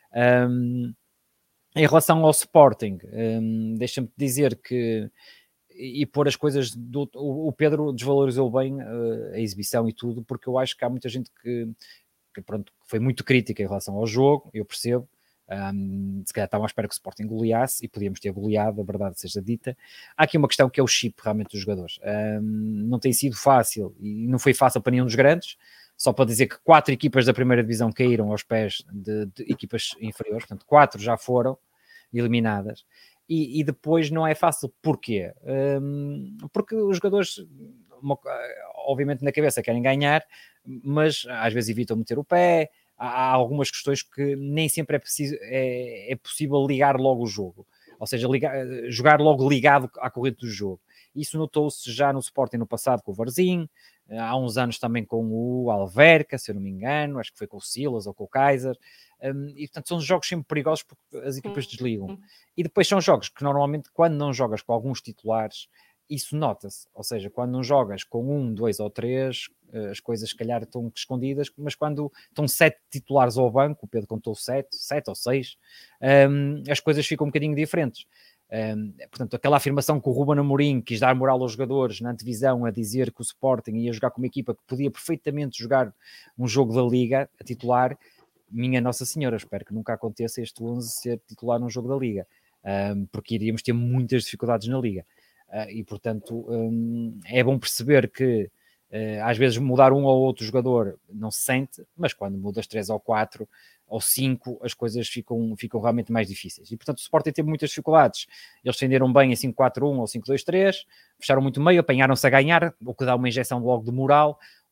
Em relação ao Sporting, deixa-me dizer que, e pôr as coisas, o Pedro desvalorizou bem a exibição e tudo, porque eu acho que há muita gente que foi muito crítica em relação ao jogo, eu percebo. Se calhar estavam à espera que o Sporting goleasse, e podíamos ter goleado, a verdade seja dita. Há aqui uma questão que é o chip realmente dos jogadores. Não tem sido fácil, e não foi fácil para nenhum dos grandes, só para dizer que 4 equipas da primeira divisão caíram aos pés de equipas inferiores, portanto 4 já foram eliminadas, e depois não é fácil. Porquê? Porque os jogadores, obviamente na cabeça querem ganhar, mas às vezes evitam meter o pé. Há algumas questões que nem sempre é possível ligar logo o jogo, ou seja, jogar logo ligado à corrente do jogo. Isso notou-se já no Sporting no passado com o Varzim, há uns anos também com o Alverca, se eu não me engano, acho que foi com o Silas ou com o Kaiser, e portanto são jogos sempre perigosos porque as equipas desligam. E depois são jogos que normalmente, quando não jogas com alguns titulares, isso nota-se, ou seja, quando não jogas com 1, 2 ou 3, as coisas se calhar estão escondidas, mas quando estão 7 titulares ao banco, o Pedro contou 7 ou 6, as coisas ficam um bocadinho diferentes. Portanto, aquela afirmação que o Ruben Amorim quis dar moral aos jogadores na antevisão, a dizer que o Sporting ia jogar com uma equipa que podia perfeitamente jogar um jogo da Liga a titular, minha Nossa Senhora, espero que nunca aconteça este 11 ser titular num jogo da Liga, porque iríamos ter muitas dificuldades na Liga. E portanto é bom perceber que às vezes mudar um ou outro jogador não se sente, mas quando mudas 3 ou 4 ou 5, as coisas ficam realmente mais difíceis. E portanto o Sporting teve muitas dificuldades. Eles defenderam bem em 5-4-1 ou 5-2-3, fecharam muito meio, apanharam-se a ganhar, o que dá uma injeção logo de moral.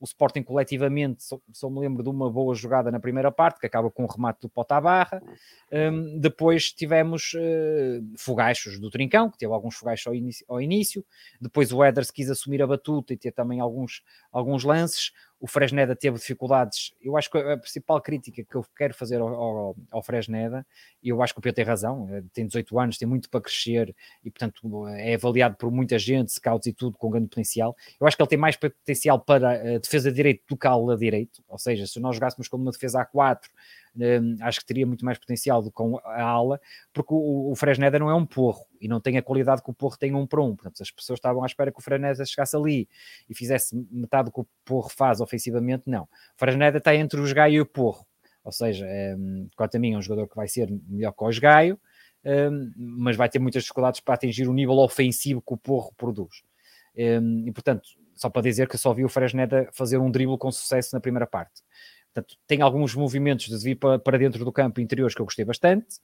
o Sporting coletivamente, só me lembro de uma boa jogada na primeira parte, que acaba com um remate do Pote à barra. Depois tivemos fogachos do Trincão, que teve alguns fogachos ao início. Depois o Éder se quis assumir a batuta e ter também alguns lances. O Fresneda teve dificuldades. Eu acho que a principal crítica que eu quero fazer ao Fresneda, e eu acho que o Pedro tem razão, tem 18 anos, tem muito para crescer e, portanto, é avaliado por muita gente, scouts e tudo, com grande potencial. Eu acho que ele tem mais potencial para defesa de direito do que ala direito, ou seja, se nós jogássemos como uma defesa A4, acho que teria muito mais potencial do que a ala, porque o Fresneda não é um Porro e não tem a qualidade que o Porro tem 1 para 1. Portanto, as pessoas estavam à espera que o Fresneda chegasse ali e fizesse metade do que o Porro faz ofensivamente, não. O Fresneda está entre o Gaio e o Porro, ou seja, quanto a mim é um jogador que vai ser melhor que o Gaio, mas vai ter muitas dificuldades para atingir o nível ofensivo que o Porro produz. E portanto, só para dizer que eu só vi o Fresneda fazer um drible com sucesso na primeira parte. Portanto, tem alguns movimentos de vir para dentro do campo interiores que eu gostei bastante.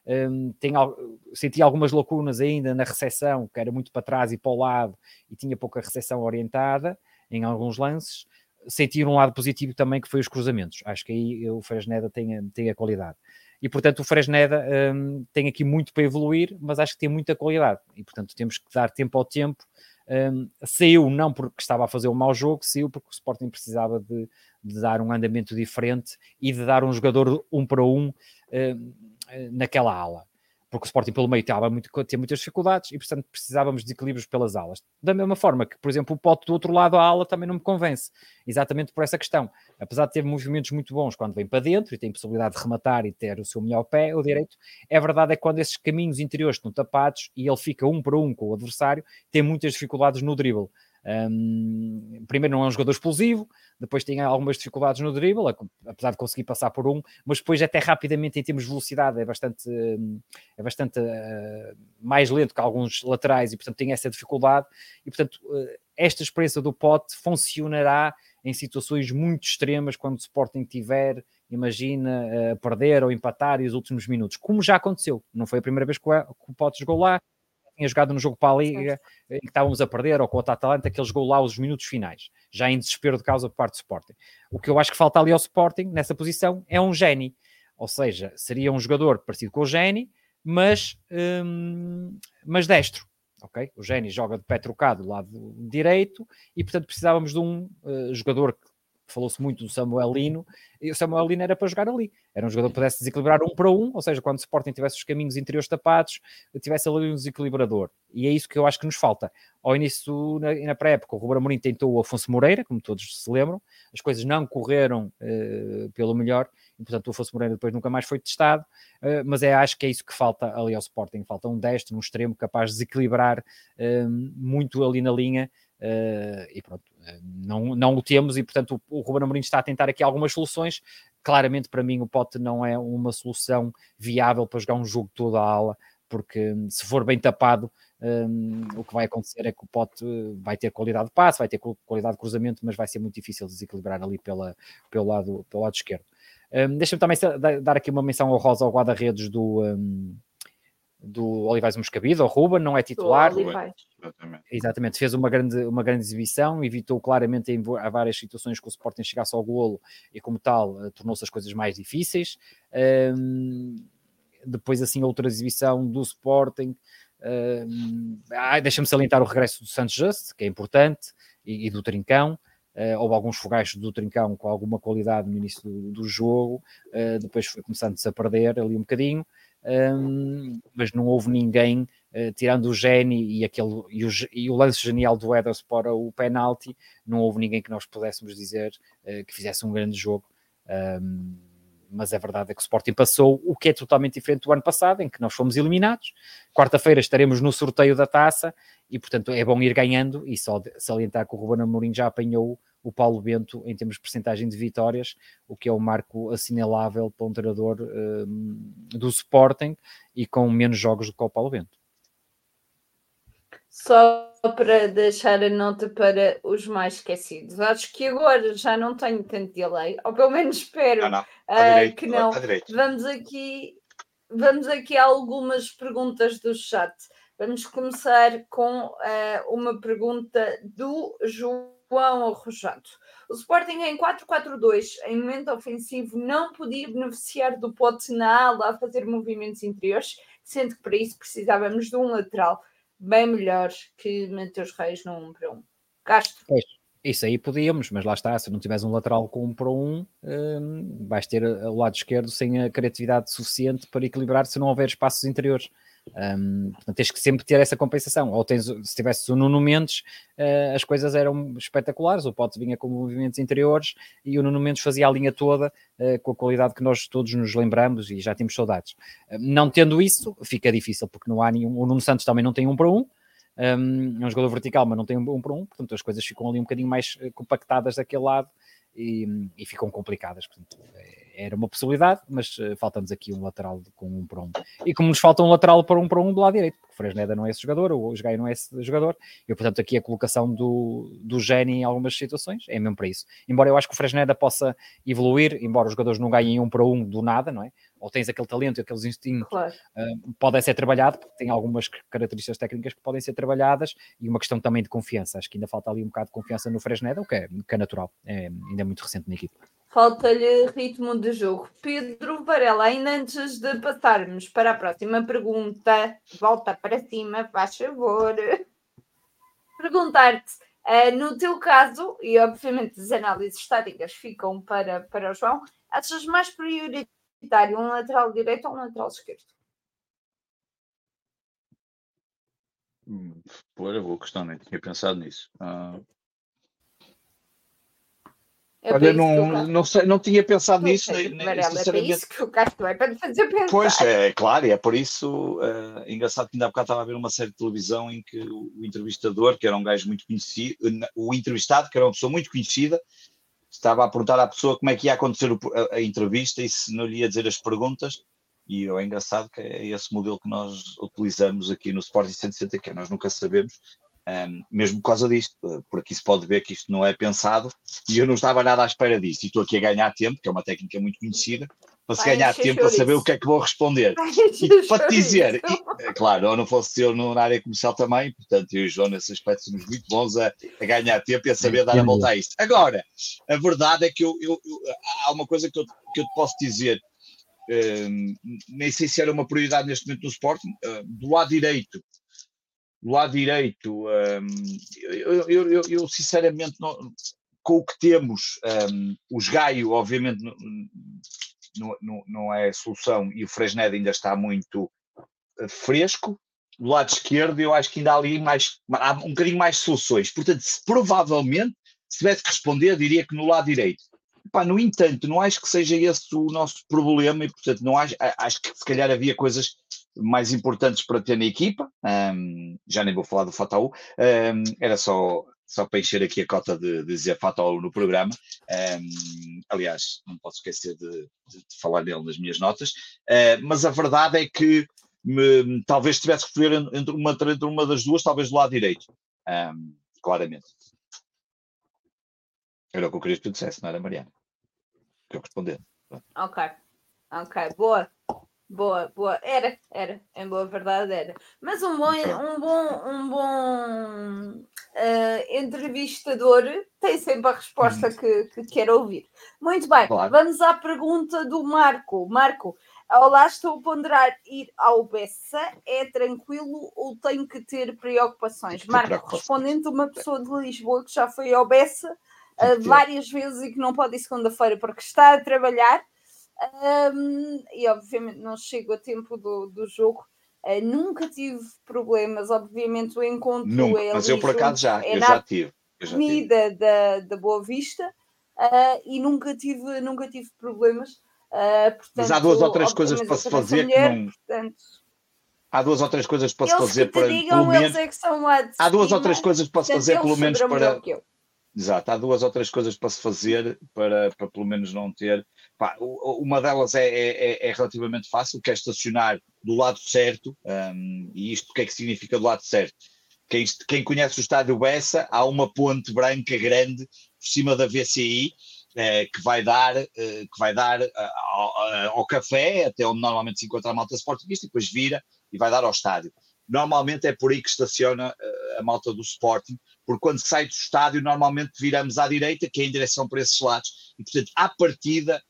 Senti algumas lacunas ainda na recepção, que era muito para trás e para o lado e tinha pouca recepção orientada em alguns lances. Senti um lado positivo também, que foi os cruzamentos. Acho que aí o Fresneda tem a qualidade. E, portanto, o Fresneda tem aqui muito para evoluir, mas acho que tem muita qualidade. E, portanto, temos que dar tempo ao tempo. Saiu não porque estava a fazer um mau jogo, saiu porque o Sporting precisava de dar um andamento diferente e de dar um jogador 1 para 1 naquela ala. Porque o Sporting pelo meio tinha muitas dificuldades e, portanto, precisávamos de equilíbrios pelas alas. Da mesma forma que, por exemplo, o Pote do outro lado, a ala também não me convence. Exatamente por essa questão. Apesar de ter movimentos muito bons quando vem para dentro e tem possibilidade de rematar e ter o seu melhor pé, o direito, é verdade é que quando esses caminhos interiores estão tapados e ele fica 1 para 1 com o adversário, tem muitas dificuldades no drible. Primeiro não é um jogador explosivo, depois tem algumas dificuldades no drible, apesar de conseguir passar por um, mas depois até rapidamente em termos de velocidade é bastante mais lento que alguns laterais e portanto tem essa dificuldade e portanto esta experiência do Pote funcionará em situações muito extremas quando o Sporting tiver, imagina, perder ou empatar e os últimos minutos, como já aconteceu, não foi a primeira vez que o Pote jogou lá, tinha jogado no jogo para a Liga, em que estávamos a perder, ou com o Atalanta, que ele jogou lá os minutos finais, já em desespero de causa por parte do Sporting. O que eu acho que falta ali ao Sporting, nessa posição, é um Géni. Ou seja, seria um jogador parecido com o Géni, mas destro. Okay? O Géni joga de pé trocado do lado direito e, portanto, precisávamos de um jogador que falou-se muito do Samuel Lino, e o Samuel Lino era para jogar ali. Era um jogador que pudesse desequilibrar 1 para 1, ou seja, quando o Sporting tivesse os caminhos interiores tapados, tivesse ali um desequilibrador. E é isso que eu acho que nos falta. Ao início, na pré-época, o Ruben Amorim tentou o Afonso Moreira, como todos se lembram, as coisas não correram pelo melhor, e portanto o Afonso Moreira depois nunca mais foi testado, mas acho que é isso que falta ali ao Sporting. Falta um destro, um extremo capaz de desequilibrar muito ali na linha, e pronto, não o temos e portanto o Ruben Amorim está a tentar aqui algumas soluções. Claramente para mim o Pote não é uma solução viável para jogar um jogo todo à ala, porque se for bem tapado o que vai acontecer é que o Pote vai ter qualidade de passe, vai ter qualidade de cruzamento, mas vai ser muito difícil desequilibrar ali pelo lado esquerdo. Deixa-me também dar aqui uma menção honrosa ao guarda-redes do Olivais Moscavide, o Ruben, não é titular. Exatamente, fez uma grande exibição, evitou claramente em várias situações que o Sporting chegasse ao golo e como tal tornou-se as coisas mais difíceis. Depois assim outra exibição do Sporting, deixa-me salientar o regresso do Santos Just, que é importante, e do Trincão. Houve alguns fogachos do Trincão com alguma qualidade no início do jogo, depois foi começando-se a perder ali um bocadinho. Mas não houve ninguém, tirando o Géni e o lance genial do Eders para o penalti, não houve ninguém que nós pudéssemos dizer que fizesse um grande jogo. Mas a verdade é que o Sporting passou, o que é totalmente diferente do ano passado, em que nós fomos eliminados. Quarta-feira estaremos no sorteio da taça e, portanto, é bom ir ganhando e só salientar que o Ruben Amorim já apanhou o Paulo Bento em termos de percentagem de vitórias, o que é um marco assinalável para um treinador do Sporting e com menos jogos do que o Paulo Bento. Só para deixar a nota para os mais esquecidos. Acho que agora já não tenho tanto delay, ou pelo menos espero que não. Vamos aqui a algumas perguntas do chat. Vamos começar com uma pergunta do João Arrojado. O Sporting em 4-4-2, em momento ofensivo, não podia beneficiar do pote na ala a fazer movimentos interiores, sendo que para isso precisávamos de um lateral bem melhor que Mateus Reis no 1 para 1. Castro. Isso aí podíamos, mas lá está, se não tiveres um lateral com 1 para 1, vais ter o lado esquerdo sem a criatividade suficiente para equilibrar se não houver espaços interiores. Portanto, tens que sempre ter essa compensação. Ou se tivesse o Nuno Mendes, as coisas eram espetaculares, o Pote vinha com movimentos interiores e o Nuno Mendes fazia a linha toda com a qualidade que nós todos nos lembramos e já temos saudades. Não tendo isso, fica difícil, porque não há nenhum. O Nuno Santos também não tem 1 para 1. É um jogador vertical, mas não tem 1 para 1, portanto as coisas ficam ali um bocadinho mais compactadas daquele lado e ficam complicadas. Portanto, era uma possibilidade, mas falta-nos aqui um lateral com 1 para 1. E como nos falta um lateral para 1 para 1 do lado direito, porque o Fresneda não é esse jogador, o Gaio não é esse jogador, e portanto aqui a colocação do Geni em algumas situações é mesmo para isso. Embora eu acho que o Fresneda possa evoluir, embora os jogadores não ganhem 1 para 1 do nada, não é? Ou tens aquele talento e aqueles instintos, claro. Podem ser trabalhados, porque tem algumas características técnicas que podem ser trabalhadas e uma questão também de confiança. Acho que ainda falta ali um bocado de confiança no Fresneda, o que é natural, ainda é muito recente na equipe. Falta-lhe ritmo de jogo. Pedro Varela, ainda antes de passarmos para a próxima pergunta, volta para cima, faz favor. Perguntar-te, no teu caso, e obviamente as análises táticas ficam para o João, achas mais prioritário um lateral direito ou um lateral esquerdo? Boa questão, nem tinha pensado nisso. É olha, não sei, não tinha pensado nisso. Sinceramente. É para isso que o Castro é para te fazer pensar. Pois, é claro, e é por isso, engraçado que ainda há bocado estava a ver uma série de televisão em que o entrevistador, que era um gajo muito conhecido, o entrevistado, que era uma pessoa muito conhecida, estava a perguntar à pessoa como é que ia acontecer a entrevista e se não lhe ia dizer as perguntas, e é engraçado que é esse modelo que nós utilizamos aqui no Sporting 160, que nós nunca sabemos, mesmo por causa disto, porque se pode ver que isto não é pensado, e eu não estava nada à espera disso, e estou aqui a ganhar tempo, que é uma técnica muito conhecida, para se ganhar tempo para saber o que é que vou responder. E para te dizer, claro, eu não fosse eu na área comercial também, portanto eu e o João nesse aspecto somos muito bons a ganhar tempo e a saber dar a volta a isto. Agora, a verdade é que há uma coisa que eu te posso dizer, nem sei se era uma prioridade neste momento no Sporting, do lado direito, eu sinceramente, com o que temos, os Gaio, obviamente, não é a solução, e o Fresneda ainda está muito fresco. Do lado esquerdo, eu acho que ainda há ali há um bocadinho mais soluções. Portanto, provavelmente, se tivesse que responder, diria que no lado direito. No entanto, não acho que seja esse o nosso problema, e portanto, não acho que se calhar havia coisas mais importantes para ter na equipa, já nem vou falar do Fataú, era só para encher aqui a cota de dizer Fataú no programa, aliás, não posso esquecer de falar dele nas minhas notas, mas a verdade é que talvez tivesse que escolher entre uma das duas, talvez do lado direito, claramente. Era o que eu queria que tu dissesse, não era, Mariana? Que eu responder. Ok, boa. Era, em boa verdade era. Mas um bom entrevistador tem sempre a resposta que quer ouvir. Muito bem, claro. Vamos à pergunta do Marco. Marco, olá, estou a ponderar ir ao Bessa. É tranquilo ou tenho que ter preocupações? Marco, respondendo a uma pessoa de Lisboa que já foi ao Bessa várias vezes e que não pode ir segunda-feira porque está a trabalhar, e obviamente não chego a tempo do jogo, nunca tive problemas, obviamente o encontro nunca, mas eu por acaso já tive. Avenida da Boa Vista, e nunca tive problemas, portanto, mas há duas ou três coisas para se fazer mulher, que não... Portanto, há duas ou três coisas para se fazer para pelo menos... Há duas ou três coisas para se fazer pelo menos para... Exato, há duas ou três coisas para se fazer para pelo menos não ter... uma delas é relativamente fácil, que é estacionar do lado certo, e isto o que é que significa do lado certo? Quem conhece o estádio Bessa, há uma ponte branca grande por cima da VCI, que vai dar ao café, até onde normalmente se encontra a malta sportingista, e depois vira e vai dar ao estádio. Normalmente é por aí que estaciona a malta do Sporting, porque quando sai do estádio normalmente viramos à direita, que é em direção para esses lados, e portanto à partida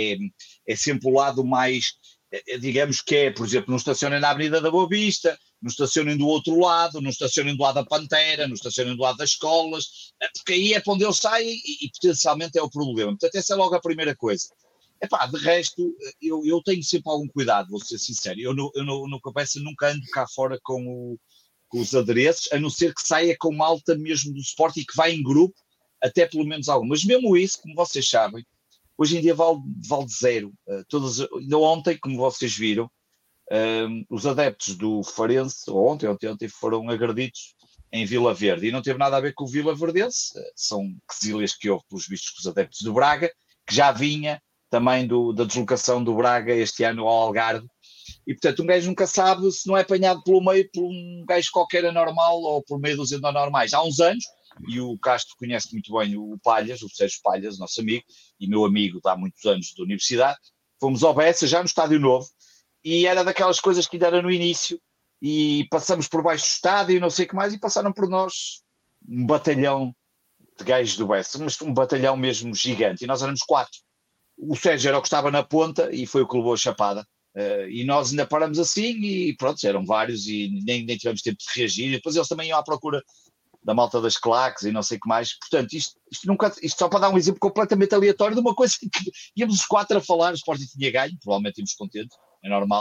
é sempre o lado mais, digamos que é, por exemplo, não estacionem na Avenida da Boa Vista, não estacionem do outro lado, não estacionem do lado da Pantera, não estacionem do lado das escolas, porque aí é para onde eles saem e potencialmente é o problema. Portanto, essa é logo a primeira coisa. Epá, de resto, eu tenho sempre algum cuidado, vou ser sincero. Eu no Cabeça nunca ando cá fora com os adereços, a não ser que saia com malta mesmo do Sport e que vai em grupo, até pelo menos algum. Mas mesmo isso, como vocês sabem, hoje em dia vale zero. Ainda ontem, como vocês viram, os adeptos do Farense, ontem, foram agredidos em Vila Verde. E não teve nada a ver com o Vila Verdense, são quesílias que houve pelos vistos com os adeptos do Braga, que já vinha também da deslocação do Braga este ano ao Algarve. E, portanto, um gajo nunca sabe se não é apanhado pelo meio por um gajo qualquer anormal ou por meio dos anormais. Há uns anos, e o Castro conhece muito bem o Palhas, o Sérgio Palhas, nosso amigo, e meu amigo de há muitos anos da universidade, fomos ao Bessa, já no Estádio Novo, e era daquelas coisas que ainda era no início, e passamos por baixo do estádio e não sei o que mais, e passaram por nós um batalhão de gajos do Bessa, mas um batalhão mesmo gigante, e nós éramos 4. O Sérgio era o que estava na ponta e foi o que levou a chapada. E nós ainda paramos assim e pronto, eram vários e nem tivemos tempo de reagir. E depois eles também iam à procura da malta das claques e não sei o que mais. Portanto, isto só para dar um exemplo completamente aleatório de uma coisa que íamos os 4 a falar, o Sporting tinha ganho, provavelmente íamos contentes, é normal.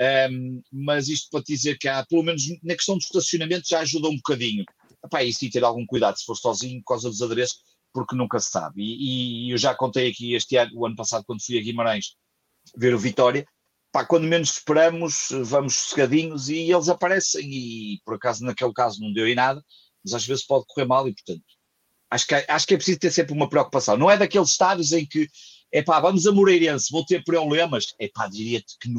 Mas isto para te dizer que há, pelo menos na questão do estacionamento, já ajuda um bocadinho. Epá, isso e ter algum cuidado se for sozinho, por causa dos adereços, porque nunca se sabe. E eu já contei aqui o ano passado, quando fui a Guimarães ver o Vitória, pá, quando menos esperamos, vamos sossegadinhos e eles aparecem. E por acaso, naquele caso, não deu em nada, mas às vezes pode correr mal e, portanto, acho que é preciso ter sempre uma preocupação. Não é daqueles estádios em que, vamos a Moreirense, vou ter problemas. Diria-te que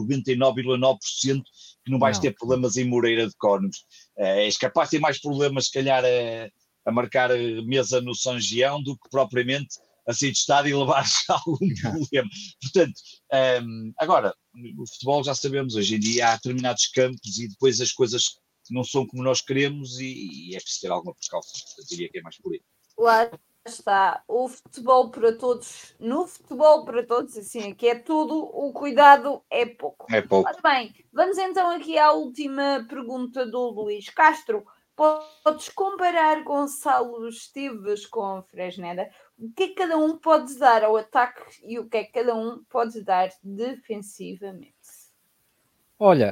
99,9% que não vais ter problemas em Moreira de Cónegos. És capaz de ter mais problemas, se calhar, a marcar mesa no São Gião do que propriamente a sair de estádio e levar algum problema. Portanto, agora, o futebol já sabemos, hoje em dia há determinados campos e depois as coisas não são como nós queremos e é preciso ter alguma precaução. Portanto, diria que é mais por aí. Lá está, o futebol para todos, no futebol para todos, assim, aqui é tudo, o cuidado é pouco. É pouco. Ora bem, vamos então aqui à última pergunta do Luís Castro. Podes comparar Gonçalo Esteves com Fresneda? O que é que cada um pode dar ao ataque e o que é que cada um pode dar defensivamente? Olha,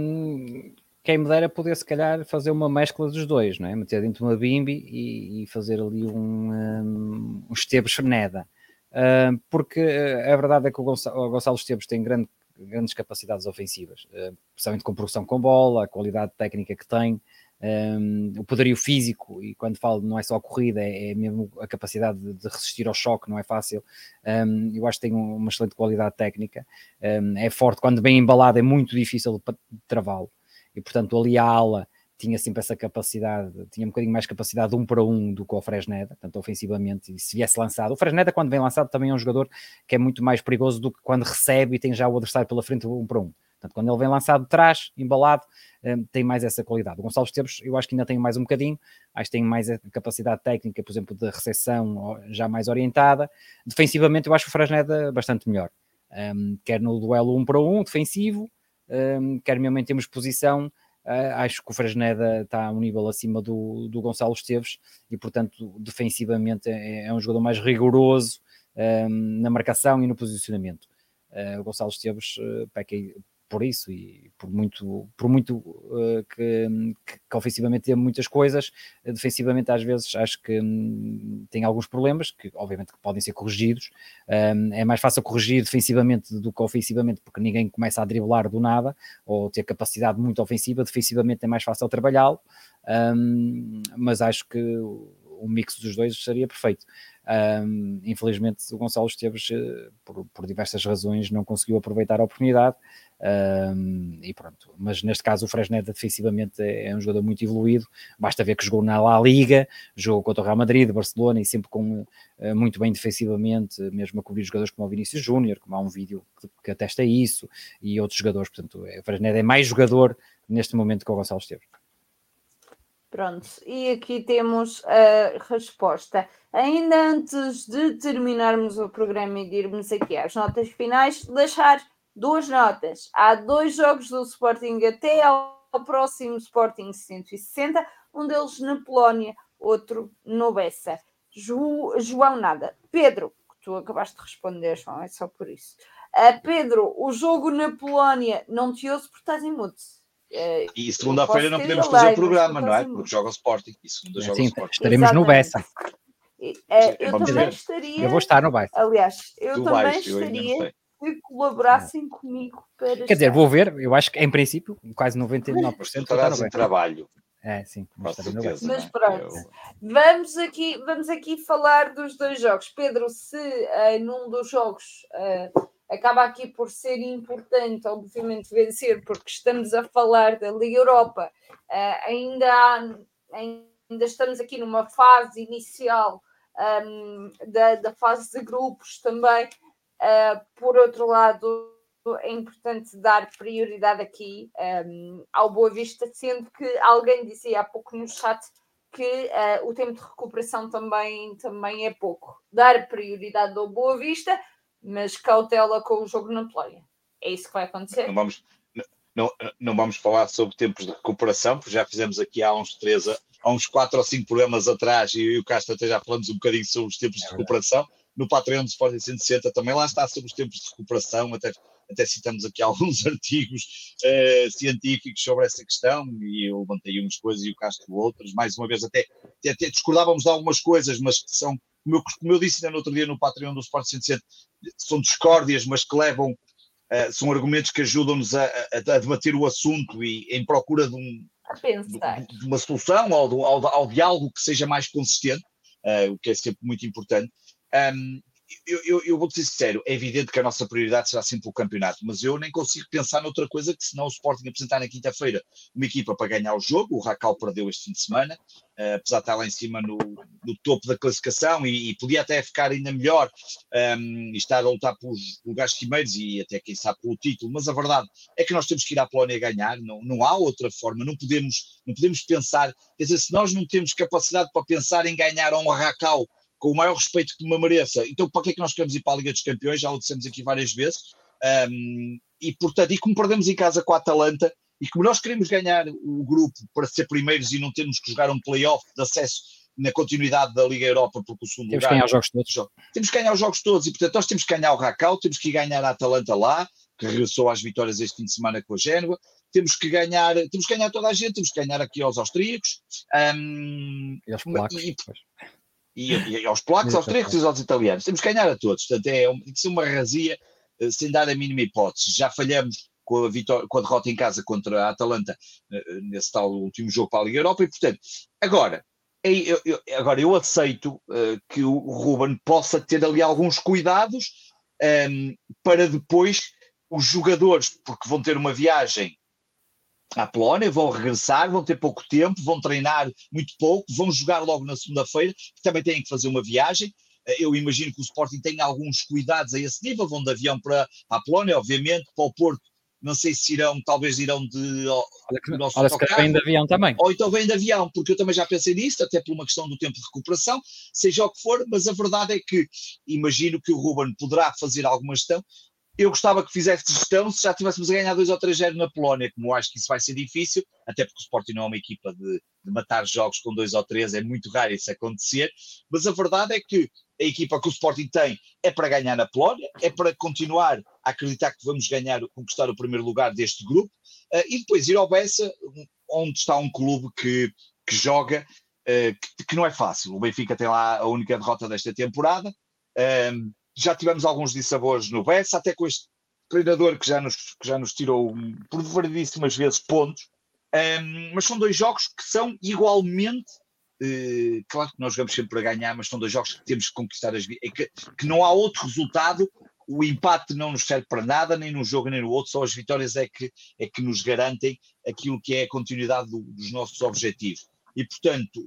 quem me dera poder se calhar fazer uma mescla dos dois, não é? Meter dentro de uma bimbi e fazer ali um Esteves Fresneda. Porque a verdade é que o Gonçalo Esteves tem grandes capacidades ofensivas, principalmente com produção com bola, a qualidade técnica que tem, o poderio físico, e quando falo não é só a corrida, é mesmo a capacidade de resistir ao choque, não é fácil. Eu acho que tem uma excelente qualidade técnica, é forte, quando bem embalado é muito difícil de travá-lo, e portanto ali a ala tinha sempre essa capacidade, tinha um bocadinho mais capacidade de 1 para 1 do que o Fresneda, tanto ofensivamente, e se viesse lançado, o Fresneda quando vem lançado também é um jogador que é muito mais perigoso do que quando recebe e tem já o adversário pela frente 1 para 1. Portanto, quando ele vem lançado de trás, embalado, tem mais essa qualidade. O Gonçalo Esteves, eu acho que ainda tem mais um bocadinho, acho que tem mais a capacidade técnica, por exemplo, de recepção já mais orientada. Defensivamente, eu acho o Fresneda bastante melhor. Quer no duelo 1 para 1, defensivo, quer mesmo em termos de posição, acho que o Fresneda está a um nível acima do Gonçalo Esteves e, portanto, defensivamente é um jogador mais rigoroso na marcação e no posicionamento. O Gonçalo Esteves peca por isso e por muito que ofensivamente tem muitas coisas, defensivamente às vezes acho que tem alguns problemas que obviamente que podem ser corrigidos. É mais fácil corrigir defensivamente do que ofensivamente, porque ninguém começa a driblar do nada ou ter capacidade muito ofensiva. Defensivamente é mais fácil trabalhá-lo, mas acho que o mix dos dois seria perfeito. Infelizmente o Gonçalo Esteves por diversas razões não conseguiu aproveitar a oportunidade, e pronto, mas neste caso o Fresneda defensivamente é um jogador muito evoluído, basta ver que jogou na La Liga, jogou contra o Real Madrid, Barcelona, e sempre com muito bem defensivamente, mesmo a cobrir jogadores como o Vinícius Júnior, como há um vídeo que atesta isso, e outros jogadores. Portanto o Fresneda é mais jogador neste momento que o Gonçalo Esteves. Pronto, e aqui temos a resposta. Ainda antes de terminarmos o programa e de irmos aqui às notas finais, deixar 2 notas. Há 2 jogos do Sporting até ao próximo Sporting 160, um deles na Polónia, outro no Bessa. João nada. Pedro, que tu acabaste de responder, João, é só por isso. Pedro, o jogo na Polónia não te ouço porque estás em mute. E segunda-feira não podemos fazer o programa, não é? Porque joga o Sporting. E segunda joga o Sporting. Estaremos no Bessa. Eu também estaria. Eu vou estar no Bessa. Aliás, eu também estaria se colaborassem comigo para. Quer dizer, vou ver. Eu acho que, em princípio, quase 99% estará em trabalho. Sim. Mas pronto, vamos aqui falar dos 2 jogos. Pedro, se num dos jogos acaba aqui por ser importante, obviamente, vencer, porque estamos a falar da Liga Europa, ainda estamos aqui numa fase inicial da fase de grupos também. Por outro lado, é importante dar prioridade aqui ao Boa Vista, sendo que alguém dizia há pouco no chat que o tempo de recuperação também é pouco. Dar prioridade ao Boa Vista, mas cautela com o jogo na Polónia. É isso que vai acontecer. Não vamos falar sobre tempos de recuperação, porque já fizemos aqui há uns 4 ou 5 programas atrás, e o Castro até já falamos um bocadinho sobre os tempos de recuperação. No Patreon do Sporting 160 também lá está sobre os tempos de recuperação, até citamos aqui alguns artigos científicos sobre essa questão, e eu levantei umas coisas e o Castro outras. Mais uma vez, até discordávamos de algumas coisas, mas que são, como eu disse no outro dia no Patreon do Sporting 160, são discórdias, mas que levam, são argumentos que ajudam-nos a debater o assunto e em procura de uma solução ou ao diálogo que seja mais consistente, o que é sempre muito importante. Eu vou-te ser sincero, é evidente que a nossa prioridade será sempre o campeonato, mas eu nem consigo pensar noutra coisa que senão o Sporting apresentar na quinta-feira uma equipa para ganhar o jogo. O Racal perdeu este fim de semana, apesar de estar lá em cima no topo da classificação e podia até ficar ainda melhor e estar a lutar pelos lugares cimeiros e até quem sabe pelo título, mas a verdade é que nós temos que ir à Polónia ganhar, não há outra forma, não podemos pensar, quer dizer, se nós não temos capacidade para pensar em ganhar a um Racal com o maior respeito que me mereça, então para que é que nós queremos ir para a Liga dos Campeões? Já o dissemos aqui várias vezes, e portanto, e como perdemos em casa com a Atalanta, e como nós queremos ganhar o grupo para ser primeiros e não termos que jogar um play-off de acesso na continuidade da Liga Europa, porque o segundo lugar... Temos que ganhar os jogos todos. Temos que ganhar os jogos todos, e portanto nós temos que ganhar o Racal, temos que ganhar a Atalanta lá, que regressou às vitórias este fim de semana com a Génova, temos que ganhar toda a gente, temos que ganhar aqui aos austríacos, e aos polacos, e aos polacos, aos austríacos e aos italianos. Temos que ganhar a todos. Portanto, tem que ser uma razia sem dar a mínima hipótese. Já falhamos com a derrota em casa contra a Atalanta nesse tal último jogo para a Liga Europa, e portanto, agora eu aceito que o Ruben possa ter ali alguns cuidados para depois os jogadores, porque vão ter uma viagem à Polónia, vão regressar, vão ter pouco tempo, vão treinar muito pouco, vão jogar logo na segunda-feira, também têm que fazer uma viagem. Eu imagino que o Sporting tenha alguns cuidados a esse nível, vão de avião para a Polónia, obviamente, para o Porto, não sei se talvez irão olha, se vem de avião também. Ou então vem de avião, porque eu também já pensei nisso, até por uma questão do tempo de recuperação, seja o que for, mas a verdade é que imagino que o Ruben poderá fazer alguma gestão. Eu gostava que fizesse gestão se já tivéssemos a ganhar 2 ou 3-0 na Polónia, como eu acho que isso vai ser difícil, até porque o Sporting não é uma equipa de matar jogos com 2 ou 3, é muito raro isso acontecer, mas a verdade é que a equipa que o Sporting tem é para ganhar na Polónia, é para continuar a acreditar que vamos conquistar o primeiro lugar deste grupo, e depois ir ao Bessa, onde está um clube que joga, que não é fácil. O Benfica tem lá a única derrota desta temporada, já tivemos alguns dissabores no Bessa, até com este treinador que já nos tirou por variedíssimas vezes pontos, mas são 2 jogos que são igualmente, claro que nós jogamos sempre para ganhar, mas são 2 jogos que temos que conquistar que não há outro resultado. O empate não nos serve para nada, nem num jogo nem no outro, só as vitórias é que nos garantem aquilo que é a continuidade dos nossos objetivos. E portanto,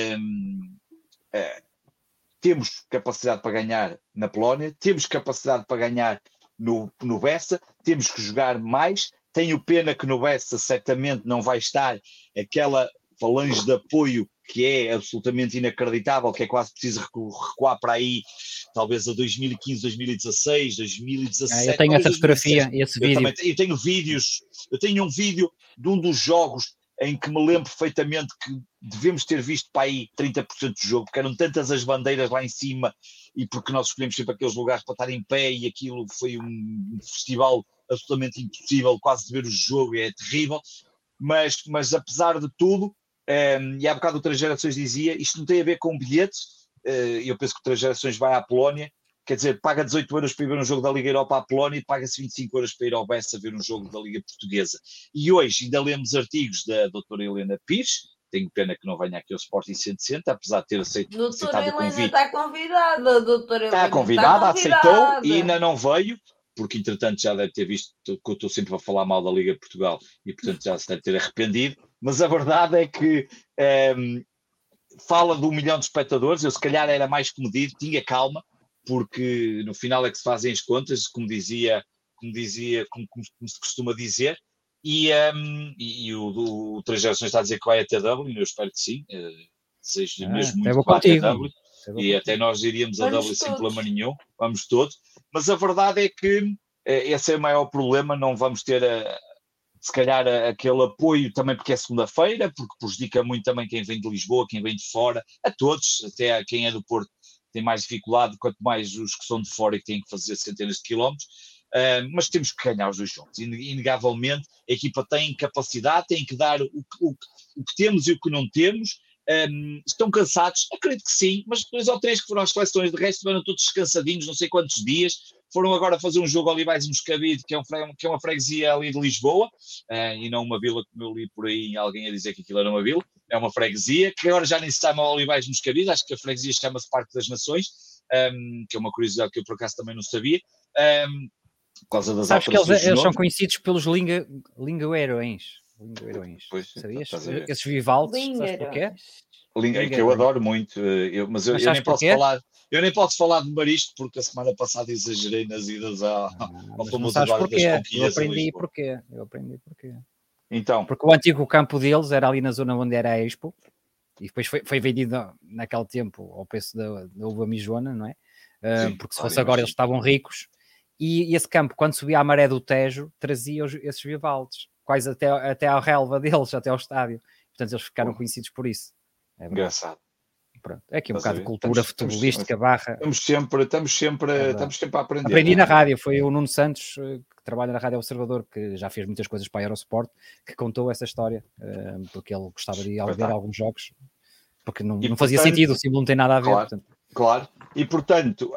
temos capacidade para ganhar na Polónia, temos capacidade para ganhar no Bessa, temos que jogar mais. Tenho pena que no Bessa certamente não vai estar aquela falange de apoio que é absolutamente inacreditável, que é quase preciso recuar para aí, talvez a 2015, 2016, 2017. Eu tenho essa fotografia e esse vídeo. Eu tenho vídeos, eu tenho um vídeo de um dos jogos em que me lembro perfeitamente que devemos ter visto para aí 30% do jogo, porque eram tantas as bandeiras lá em cima e porque nós escolhemos sempre aqueles lugares para estar em pé e aquilo foi um festival absolutamente impossível quase de ver o jogo, é terrível, mas apesar de tudo, e há bocado o Três Gerações dizia, isto não tem a ver com bilhetes, eu penso que o Três Gerações vai à Polónia, quer dizer, paga 18 euros para ir ver um jogo da Liga Europa à Polónia e paga-se 25 euros para ir ao Bessa ver um jogo da Liga Portuguesa. E hoje ainda lemos artigos da doutora Helena Pires, tenho pena que não venha aqui ao Sporting 160, apesar de ter aceitado o convite. Está convidada, doutora Helena. Está convidada, aceitou e ainda não veio, porque entretanto já deve ter visto que eu estou sempre a falar mal da Liga de Portugal e portanto já se deve ter arrependido, mas a verdade é que fala de 1 milhão de espectadores, eu se calhar era mais comedido, tinha calma, porque no final é que se fazem as contas, como se costuma dizer, e o Três Gerações está a dizer que vai até Dublin, eu espero que sim, desejo mesmo muito que vá até Dublin, e até nós iríamos a Dublin sem problema nenhum, vamos todos, mas a verdade é que esse é o maior problema, não vamos ter se calhar aquele apoio também porque é segunda-feira, porque prejudica muito também quem vem de Lisboa, quem vem de fora, a todos, até a quem é do Porto tem mais dificuldade, quanto mais os que são de fora e que têm que fazer centenas de quilómetros, mas temos que ganhar os dois jogos, inegavelmente a equipa tem capacidade, tem que dar o que temos e o que não temos, estão cansados, acredito que sim, mas 2 ou 3 que foram às seleções, de resto estiveram todos descansadinhos, não sei quantos dias, foram agora fazer um jogo Olivais e Moscavide, que é uma freguesia ali de Lisboa, e não uma vila, como eu li por aí, alguém a dizer que aquilo era uma vila, é uma freguesia, que agora já nem se chama Olivais e Moscavide, acho que a freguesia chama-se Parque das Nações, que é uma curiosidade que eu por acaso também não sabia, por causa das Sabes que eles são conhecidos pelos lingueirões. Pois, sabias? Esses Vivaldes, sabes porquê? Que eu adoro muito, mas eu nem posso falar. Eu nem posso falar de marisco porque a semana passada exagerei nas idas ao famoso bar das Conquilhas. Eu aprendi porquê. Então. Porque o antigo campo deles era ali na zona onde era a Expo e depois foi vendido naquele tempo ao preço da uva mijona, não é? Sim, porque se fosse agora eles estavam ricos e esse campo, quando subia a maré do Tejo, trazia esses Vivaldes, quase até à relva deles, até ao estádio. Portanto, eles ficaram conhecidos por isso. É engraçado. Pronto. É aqui um bocado de cultura futebolística barra. Estamos sempre a aprender. Aprendi na rádio, foi o Nuno Santos, que trabalha na Rádio Observador, que já fez muitas coisas para a Eurosport, que contou essa história, porque ele gostava de ir ver alguns jogos, porque não fazia sentido, o símbolo não tem nada a ver. Claro, portanto. Claro. E portanto,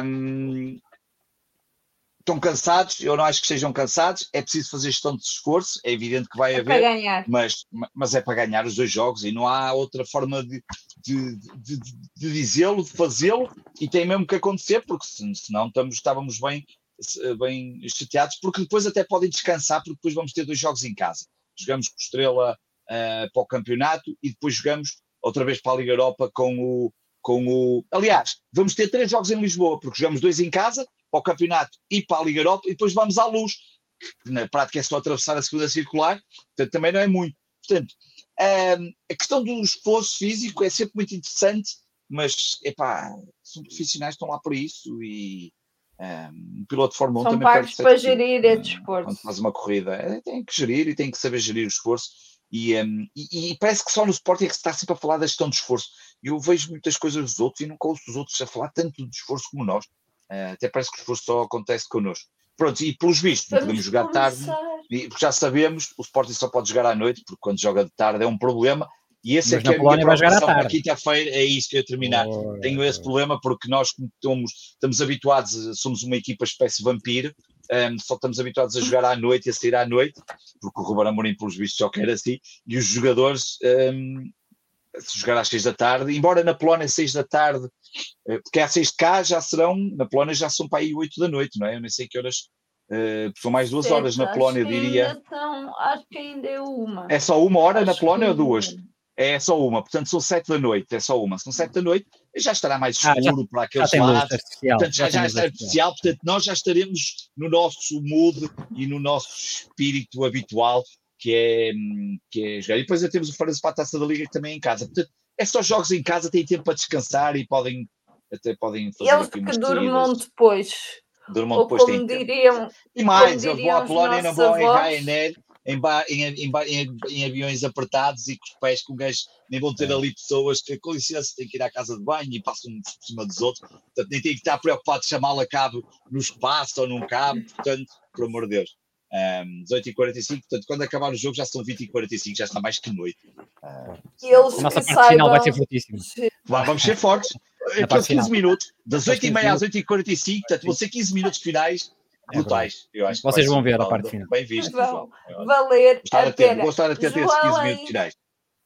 estão cansados, eu não acho que estejam cansados, é preciso fazer gestão de esforço, é evidente que vai haver, mas é para ganhar os 2 jogos e não há outra forma de dizê-lo, de fazê-lo, e tem mesmo que acontecer, porque senão estávamos bem chateados, porque depois até podem descansar, porque depois vamos ter 2 jogos em casa. Jogamos com o Estrela para o campeonato e depois jogamos outra vez para a Liga Europa com o... Aliás, vamos ter 3 jogos em Lisboa, porque jogamos 2 em casa, para o campeonato e para a Liga Europa, e depois vamos à Luz, que na prática é só atravessar a segunda circular, portanto também não é muito. Portanto, a questão do esforço físico é sempre muito interessante, mas, são profissionais que estão lá para isso e um piloto de Fórmula 1 são também pagos para gerir esse esforço. Quando faz uma corrida, tem que gerir e tem que saber gerir o esforço. E parece que só no Sporting é que se está sempre a falar da gestão de esforço. Eu vejo muitas coisas dos outros e nunca ouço os outros a falar tanto de esforço como nós. Até parece que o esforço só acontece connosco. Pronto, e pelos vistos, não podemos jogar tarde, porque já sabemos, o Sporting só pode jogar à noite, porque quando joga de tarde é um problema, e esse mas é que é a minha preocupação na quinta-feira, é isso que eu ia terminar. Tenho esse problema porque nós estamos habituados, somos uma equipa espécie vampiro, só estamos habituados a jogar à noite e a sair à noite, porque o Ruben Amorim pelos vistos só quer assim, e os jogadores se jogar às 6 da tarde, embora na Polónia 6 da tarde, porque às 6 de cá já serão, na Polónia já são para aí 8 da noite, não é? Eu nem sei que horas, são mais 2 horas na Polónia, eu diria. Acho que ainda é 1. É só 1 hora na Polónia ou 2? É só 1, portanto são 7 da noite, é só 1. São 7 da noite, já estará mais escuro para aqueles lados, portanto já está artificial, portanto nós já estaremos no nosso mood e no nosso espírito habitual, que é jogar. E depois temos o Farense para a Taça da Liga também em casa. Portanto, é só jogos em casa, têm tempo para descansar e até podem fazer Eles aqui que umas durmam descidas. depois, Durmam ou depois, têm tempo. E mais, eles vão à os Polónia e não nossos vão em avós, Ryanair, em aviões apertados e com os pés, com um gajo, nem vão ter ali pessoas que, com licença, têm que ir à casa de banho e passam um por cima dos outros. Portanto, nem têm que estar preocupados de chamá-lo a cabo no espaço ou num cabo. Portanto, por amor de Deus. 18h45, portanto, quando acabar o jogo já são 20h45, já está mais que noite. eles A nossa que parte final vai ser saibam, fortíssima. Vamos ser fortes. Na Aqueles parte final. 15 minutos, das Aqueles 8h30 às 15 8h45, portanto, vão ser 15 minutos finais É brutais. Eu acho que Vocês vai vão ser ver a parte final. bem visto, vão João. valer a pena. Vou estar atento a esses 15 minutos finais.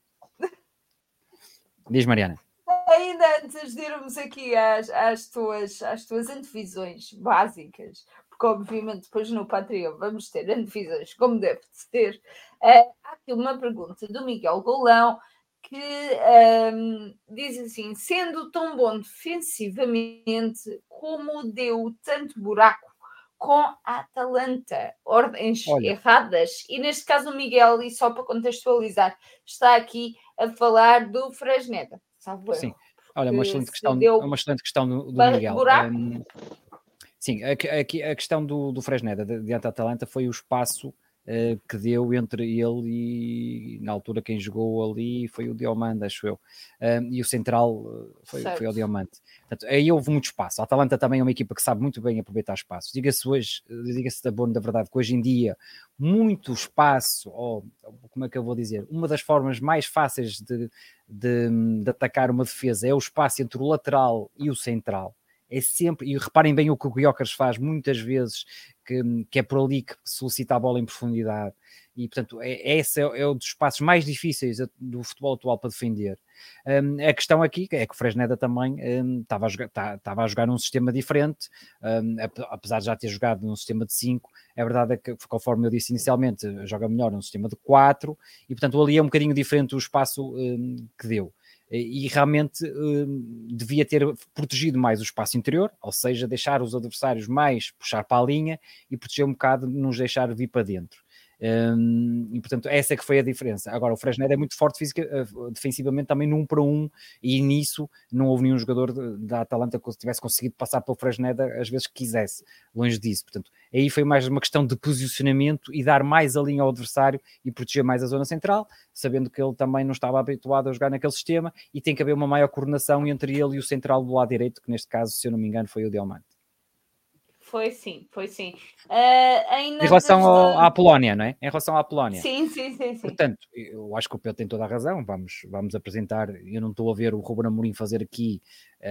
Diz, Mariana. Ainda antes de irmos aqui às tuas antevisões básicas, porque obviamente depois no Patreon vamos ter antevisões como deve ter, há aqui uma pergunta do Miguel Golão que diz assim: sendo tão bom defensivamente, como deu tanto buraco com a Atalanta? Ordens erradas? E neste caso o Miguel, e só para contextualizar, está aqui a falar do Fresneda. Sim, olha, uma excelente questão do Miguel. Sim, a questão do Fresneda diante da Atalanta foi o espaço que deu entre ele e, na altura, quem jogou ali foi o Diomande, acho eu, e o central foi o Diomande. Portanto, aí houve muito espaço. A Atalanta também é uma equipa que sabe muito bem aproveitar espaços. Diga-se da boa da verdade que hoje em dia muito espaço, ou como é que eu vou dizer, uma das formas mais fáceis de atacar uma defesa é o espaço entre o lateral e o central. É sempre, e reparem bem o que o Gyökeres faz muitas vezes, que é por ali que solicita a bola em profundidade, e portanto esse é um dos espaços mais difíceis do futebol atual para defender. A questão aqui é que o Fresneda também estava a jogar num sistema diferente, apesar de já ter jogado num sistema de 5, é verdade que, conforme eu disse inicialmente, joga melhor num sistema de 4, e portanto ali é um bocadinho diferente o espaço que deu. E realmente devia ter protegido mais o espaço interior, ou seja, deixar os adversários mais puxar para a linha e proteger um bocado, nos deixar vir para dentro. E portanto essa é que foi a diferença. Agora o Fresneda é muito forte defensivamente também no 1 para 1, e nisso não houve nenhum jogador da Atalanta que tivesse conseguido passar pelo Fresneda às vezes que quisesse, longe disso. Portanto aí foi mais uma questão de posicionamento e dar mais a linha ao adversário e proteger mais a zona central, sabendo que ele também não estava habituado a jogar naquele sistema, e tem que haver uma maior coordenação entre ele e o central do lado direito, que neste caso, se eu não me engano, foi o Diomande. Foi sim. Em relação à Polónia, não é? Em relação à Polónia. Sim. Portanto, eu acho que o Pedro tem toda a razão. Vamos apresentar. Eu não estou a ver o Ruben Amorim fazer aqui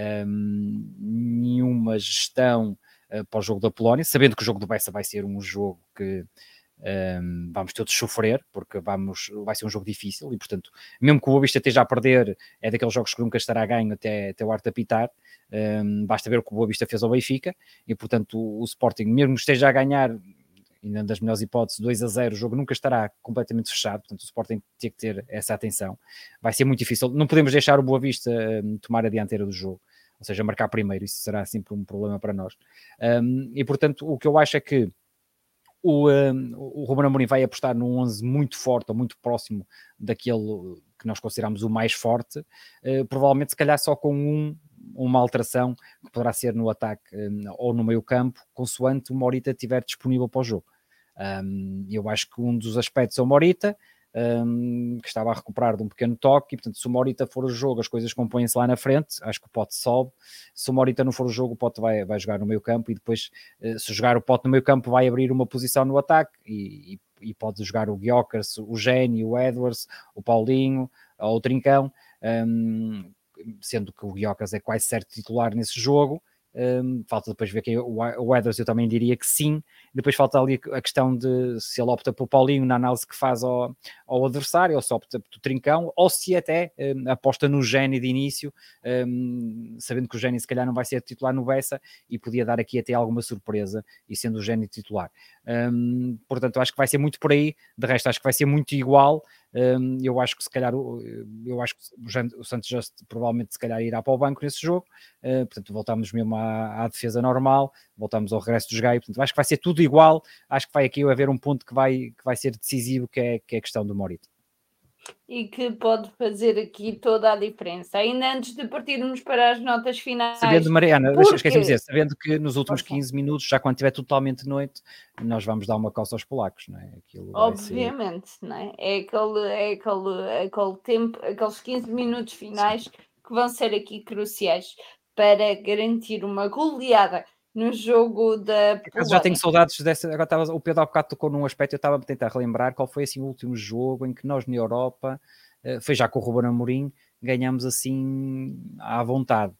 nenhuma gestão para o jogo da Polónia, sabendo que o jogo do Bessa vai ser um jogo que vamos todos sofrer, porque vai ser um jogo difícil, e portanto, mesmo que o Boa Vista esteja a perder, é daqueles jogos que nunca estará a ganho até o árbitro apitar. Basta ver o que o Boa Vista fez ao Benfica, e portanto o Sporting, mesmo que esteja a ganhar, ainda das melhores hipóteses, 2-0, o jogo nunca estará completamente fechado, portanto o Sporting tem que ter essa atenção. Vai ser muito difícil, não podemos deixar o Boa Vista tomar a dianteira do jogo, ou seja, marcar primeiro, isso será sempre um problema para nós. E portanto o que eu acho é que o Ruben Amorim vai apostar num 11 muito forte, ou muito próximo daquele que nós consideramos o mais forte, provavelmente se calhar só com uma alteração que poderá ser no ataque ou no meio campo, consoante o Morita estiver disponível para o jogo. Eu acho que um dos aspectos é o Morita, que estava a recuperar de um pequeno toque, e portanto se o Morita for o jogo, as coisas compõem-se lá na frente, acho que o Pote sobe. Se o Morita não for o jogo, o Pote vai jogar no meio campo, e depois se jogar o Pote no meio campo vai abrir uma posição no ataque, e pode jogar o Gyökeres, o Géni, o Edwards, o Paulinho ou o Trincão, sendo que o Gyökeres é quase certo titular nesse jogo. Falta depois ver quem o Edwards, eu também diria que sim. Depois falta ali a questão de se ele opta pelo Paulinho na análise que faz ao adversário, ou se opta pelo Trincão, ou se até aposta no Géni de início, sabendo que o Géni se calhar não vai ser titular no Bessa, e podia dar aqui até alguma surpresa, e sendo o Géni titular. Portanto, acho que vai ser muito por aí. De resto, acho que vai ser muito igual. Eu acho que se calhar o Santos Just provavelmente se calhar irá para o banco nesse jogo, portanto voltamos mesmo à defesa normal, voltamos ao regresso dos Gaio, portanto acho que vai ser tudo igual, acho que vai aqui haver um ponto que vai ser decisivo, que é a questão do Morita. E que pode fazer aqui toda a diferença. Ainda antes de partirmos para as notas finais... Sabendo, Mariana, esqueci-me de dizer, sabendo que nos últimos 15 minutos, já quando estiver totalmente de noite, nós vamos dar uma coça aos polacos, não é? Obviamente, não é? É aquele tempo, aqueles 15 minutos finais que vão ser aqui cruciais para garantir uma goleada no jogo da Polónia. Já tenho saudades dessa. Agora o Pedro há bocado tocou num aspecto, eu estava a tentar relembrar qual foi assim o último jogo em que nós na Europa, foi já com o Ruben Amorim, ganhamos assim à vontade.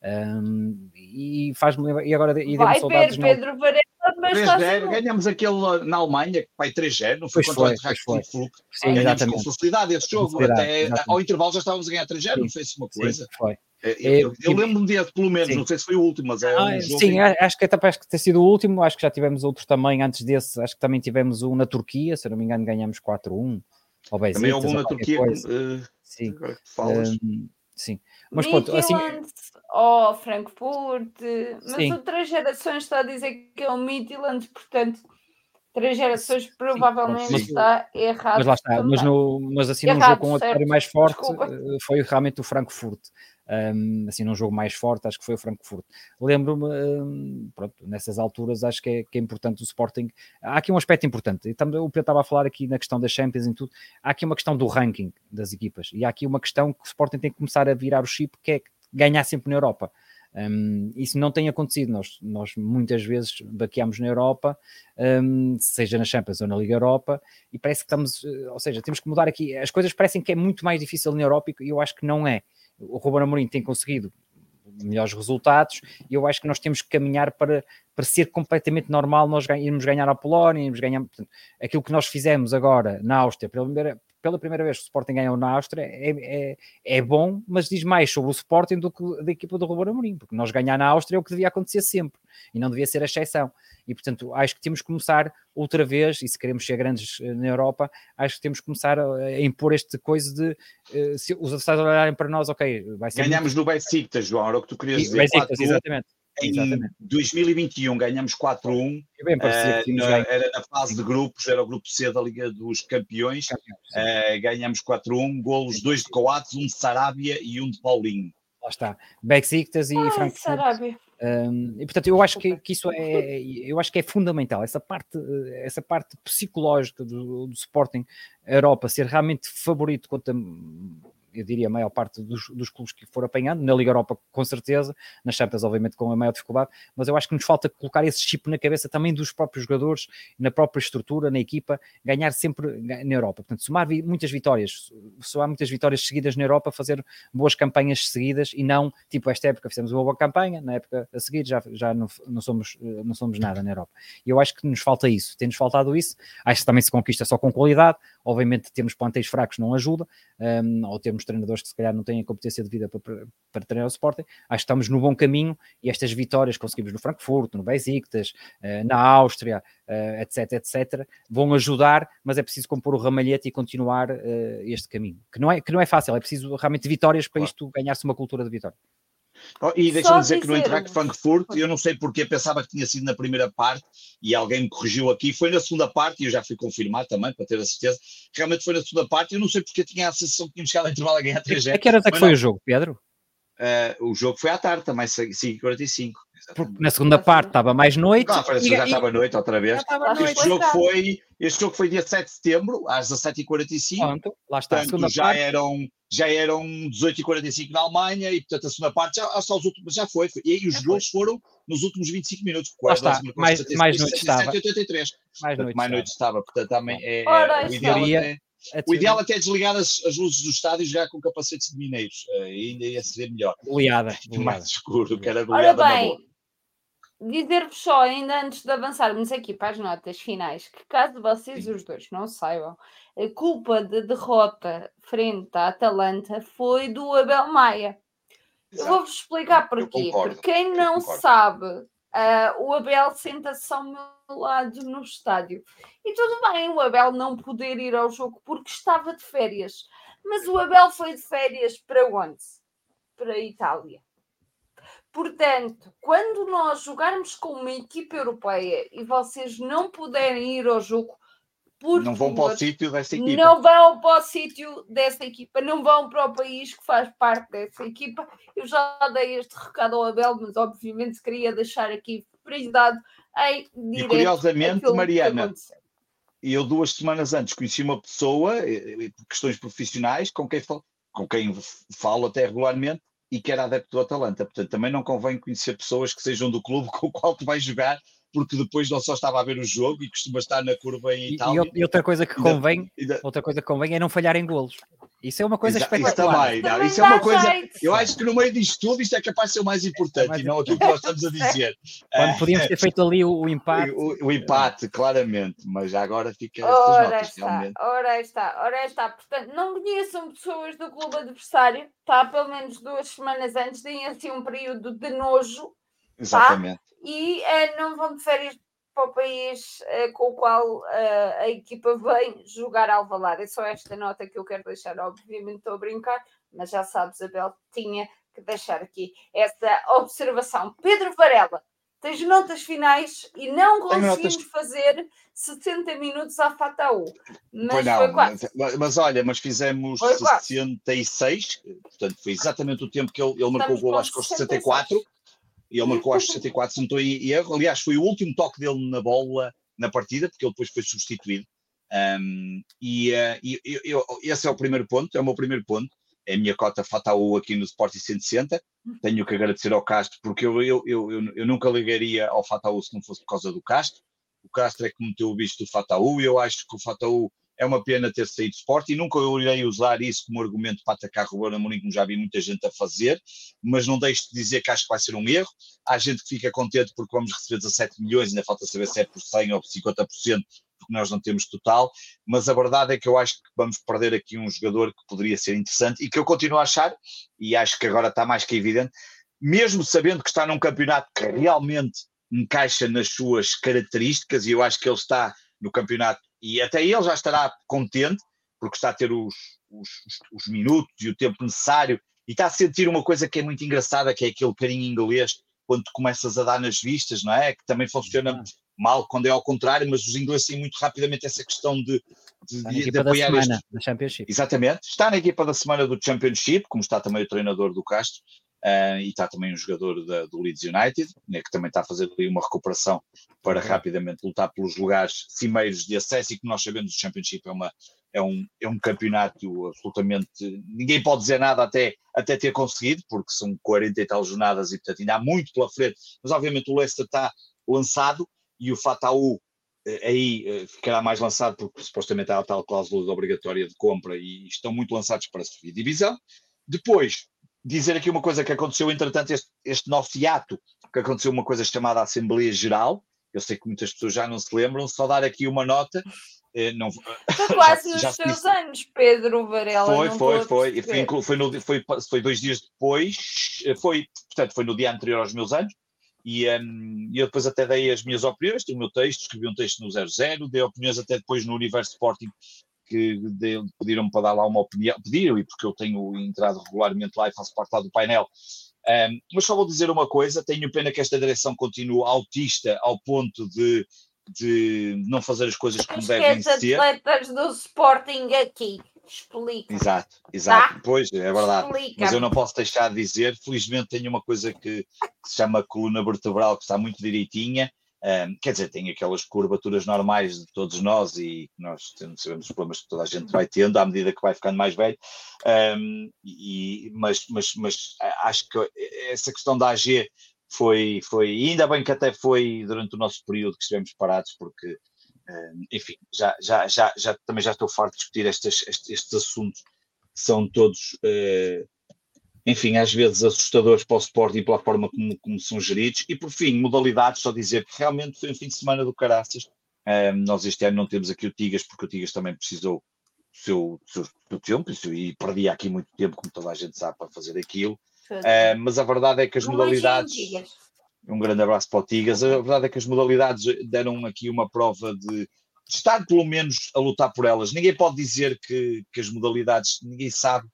E faz-me lembrar, e agora deu-me saudades. Pedro Varela, mas 3-0, ganhamos aquele na Alemanha, que vai 3-0, não foi contra o Eintracht Frankfurt. Ganhamos com facilidade esse jogo, até ao intervalo já estávamos a ganhar 3-0, não fez uma coisa. Sim, foi. Eu lembro-me desse, pelo menos, sim. Não sei se foi o último, mas é um jogo. Sim, acho que ter sido o último, acho que já tivemos outro também antes desse, acho que também tivemos um na Turquia, se não me engano ganhamos 4-1. Também houve um na Turquia, sim. Agora que falas. Sim. Mas pronto, assim... Frankfurt, mas o Três Gerações está a dizer que é o Midland, portanto, Três Gerações provavelmente está errado. Mas lá está, mas assim num jogo com um adversário mais forte, foi realmente o Frankfurt. Assim num jogo mais forte, acho que foi o Frankfurt. Lembro-me, pronto, nessas alturas acho que é importante o Sporting. Há aqui um aspecto importante, o Pedro estava a falar aqui na questão das Champions e tudo, há aqui uma questão do ranking das equipas, e há aqui uma questão que o Sporting tem que começar a virar o chip, que é ganhar sempre na Europa. Isso não tem acontecido, nós muitas vezes baqueamos na Europa, seja na Champions ou na Liga Europa, e parece que ou seja, temos que mudar aqui, as coisas parecem que é muito mais difícil na Europa e eu acho que não é. O Ruben Amorim tem conseguido melhores resultados e eu acho que nós temos que caminhar para ser completamente normal nós irmos ganhar a Polónia, irmos ganhar, portanto, aquilo que nós fizemos agora na Áustria, pela primeira vez que o Sporting ganhou na Áustria, é bom, mas diz mais sobre o Sporting do que da equipa do Ruben Amorim, porque nós ganhar na Áustria é o que devia acontecer sempre, e não devia ser a exceção. E, portanto, acho que temos que começar outra vez, e se queremos ser grandes na Europa, acho que temos que começar a impor este coisa de, se os adversários olharem para nós, ok, vai ser... Ganhamos no Besiktas, João, era o que tu querias dizer. Besiktas, exatamente. Em 2021 ganhamos 4-1, era na fase de grupos, era o grupo C da Liga dos Campeões, ganhamos 4-1, golos 2 de Coates, um de Sarabia e um de Paulinho. Lá está, Besiktas e Frankfurt. Sarabia. E portanto eu acho que isso eu acho que é fundamental, essa parte psicológica do Sporting Europa ser realmente favorito contra, eu diria, a maior parte dos clubes que for apanhando, na Liga Europa com certeza, nas Champions obviamente com a maior dificuldade, mas eu acho que nos falta colocar esse chip na cabeça também dos próprios jogadores, na própria estrutura, na equipa, ganhar sempre na Europa, portanto somar muitas vitórias seguidas na Europa, fazer boas campanhas seguidas e não, tipo esta época fizemos uma boa campanha, na época a seguir já não somos nada na Europa, e eu acho que nos falta isso, tem-nos faltado isso, acho que também se conquista só com qualidade, obviamente termos plantéis fracos não ajuda, ou termos treinadores que se calhar não têm a competência de vida para treinar o Sporting, acho que estamos no bom caminho e estas vitórias que conseguimos no Frankfurt, no Besiktas, na Áustria, etc, vão ajudar, mas é preciso compor o ramalhete e continuar este caminho, que não é fácil, é preciso realmente vitórias para isto ganhar-se uma cultura de vitória. E deixa-me dizer que no Eintracht Frankfurt, eu não sei porque pensava que tinha sido na primeira parte e alguém me corrigiu aqui, foi na segunda parte e eu já fui confirmar também para ter a certeza, realmente foi na segunda parte, eu não sei porque tinha a sensação que tínhamos chegado a intervalo a ganhar 3-0. A que horas é que foi o jogo, Pedro? O jogo foi à tarde também, 5h45. Porque na segunda parte estava mais noite. Já estava noite outra vez. Este jogo foi dia 7 de setembro, às 17h45. Pronto, lá está. Portanto, já eram 18h45 na Alemanha e, portanto, a segunda parte só os últimos já foi. E os gols foram nos últimos 25 minutos. Lá está, mais noite estava. 83. Mais noite estava. Portanto, também o ideal até é desligar as luzes do estádio e jogar com capacetes de mineiros. Ainda ia ser melhor. Goleada. Mais escuro, que era goleada na boa. Dizer-vos só, ainda antes de avançarmos aqui para as notas finais, que caso vocês os dois não saibam, a culpa da derrota frente à Atalanta foi do Abel Maia. Exato. Eu vou-vos explicar porquê. Porque quem não sabe, o Abel senta-se ao meu lado no estádio. E tudo bem, o Abel não poder ir ao jogo porque estava de férias. Mas o Abel foi de férias para onde? Para a Itália. Portanto, quando nós jogarmos com uma equipa europeia e vocês não puderem ir ao jogo, por não vão favor, para o sítio dessa equipa. não vão para o sítio dessa equipa, não vão para o país que faz parte dessa equipa. Eu já dei este recado ao Abel, mas obviamente queria deixar aqui frisado em direto. E curiosamente, Mariana, que eu 2 semanas antes conheci uma pessoa, por questões profissionais, com quem falo até regularmente, e que era adepto do Atalanta. Portanto, também não convém conhecer pessoas que sejam do clube com o qual tu vais jogar, porque depois não só estava a ver o jogo e costuma estar na curva em Itália. E outra coisa que convém, é não falhar em golos. Isso é uma coisa espetacular. Isso é uma coisa. Eu acho que no meio disto tudo isto é capaz de ser o mais importante, e não aquilo que nós estamos a dizer. Quando podíamos ter feito ali o empate. O empate, claramente, mas já agora fica estas notas, realmente. Ora está. Portanto, não conheçam pessoas do clube adversário, tá? Pelo menos 2 semanas antes, deem assim um período de nojo. Exatamente. Tá? E não vão de férias para o país com o qual a equipa vem jogar ao Alvalade. É só esta nota que eu quero deixar. Obviamente estou a brincar, mas já sabes, Abel, tinha que deixar aqui essa observação. Pedro Varela, tens notas finais e não conseguimos fazer 60 minutos à Fataú. Mas foi quase. Mas fizemos 66, portanto foi exatamente o tempo que ele marcou o gol, acho que aos 64. E ele marcou aos 64, se não estou em erro. Aliás, foi o último toque dele na bola na partida, porque ele depois foi substituído. Esse é o primeiro ponto, é o meu primeiro ponto. É a minha cota Fataú aqui no Sporting 160. Tenho que agradecer ao Castro, porque eu nunca ligaria ao Fataú se não fosse por causa do Castro. O Castro é que meteu o bicho do Fataú, e eu acho que o Fataú é uma pena ter saído do Sporting, e nunca eu irei usar isso como argumento para atacar Ruben Amorim, como já vi muita gente a fazer, mas não deixo de dizer que acho que vai ser um erro. Há gente que fica contente porque vamos receber 17 milhões, ainda falta saber se é por 100 ou por 50%, porque nós não temos total, mas a verdade é que eu acho que vamos perder aqui um jogador que poderia ser interessante, e que eu continuo a achar, e acho que agora está mais que evidente, mesmo sabendo que está num campeonato que realmente encaixa nas suas características, e eu acho que ele está no campeonato, e até ele já estará contente, porque está a ter os minutos e o tempo necessário, e está a sentir uma coisa que é muito engraçada, que é aquele carinho inglês, quando tu começas a dar nas vistas, não é? Que também funciona mal quando é ao contrário, mas os ingleses têm muito rapidamente essa questão de apoiar da semana, da Championship. Exatamente, está na equipa da semana do Championship, como está também o treinador do Castro, e está também um jogador do Leeds United, né, que também está a fazer ali uma recuperação para rapidamente lutar pelos lugares cimeiros de acesso, e que nós sabemos que o Championship é um campeonato absolutamente, ninguém pode dizer nada até ter conseguido, porque são 40 e tal jornadas e portanto ainda há muito pela frente, mas obviamente o Leicester está lançado, e o Fataú aí ficará mais lançado, porque supostamente há a tal cláusula obrigatória de compra, e estão muito lançados para subir divisão. Depois, dizer aqui uma coisa que aconteceu, entretanto, este nosso hiato, que aconteceu uma coisa chamada Assembleia Geral. Eu sei que muitas pessoas já não se lembram, só dar aqui uma nota. Não, foi quase nos teus anos, Pedro Varela. Foi 2 dias depois, portanto, foi no dia anterior aos meus anos, e eu depois até dei as minhas opiniões, tenho o meu texto, escrevi um texto no 00, dei opiniões até depois no Universo Sporting, que pediram-me para dar lá uma opinião, pediram, e porque eu tenho entrado regularmente lá e faço parte lá do painel, mas só vou dizer uma coisa, tenho pena que esta direção continue autista ao ponto de não fazer as coisas como devem ser. Atletas do Sporting aqui, explica. Exato, tá? Pois, é verdade, Explica. mas eu não posso deixar de dizer, felizmente tenho uma coisa que se chama coluna vertebral, que está muito direitinha. Quer dizer, tem aquelas curvaturas normais de todos nós, e nós sabemos os problemas que toda a gente vai tendo à medida que vai ficando mais velho, mas acho que essa questão da AG foi, ainda bem que até foi durante o nosso período que estivemos parados, porque enfim, também já estou farto de discutir estes assuntos que são todos enfim, às vezes assustadores para o Sporting pela forma como são geridos. E por fim, modalidades, só dizer que realmente foi um fim de semana do caraças. Nós este ano não temos aqui o Tigas, porque o Tigas também precisou do seu tempo, e perdia aqui muito tempo, como toda a gente sabe, para fazer aquilo. Mas a verdade é que as modalidades... Um grande abraço para o Tigas. A verdade é que as modalidades deram aqui uma prova de estar pelo menos a lutar por elas. Ninguém pode dizer que as modalidades, ninguém sabe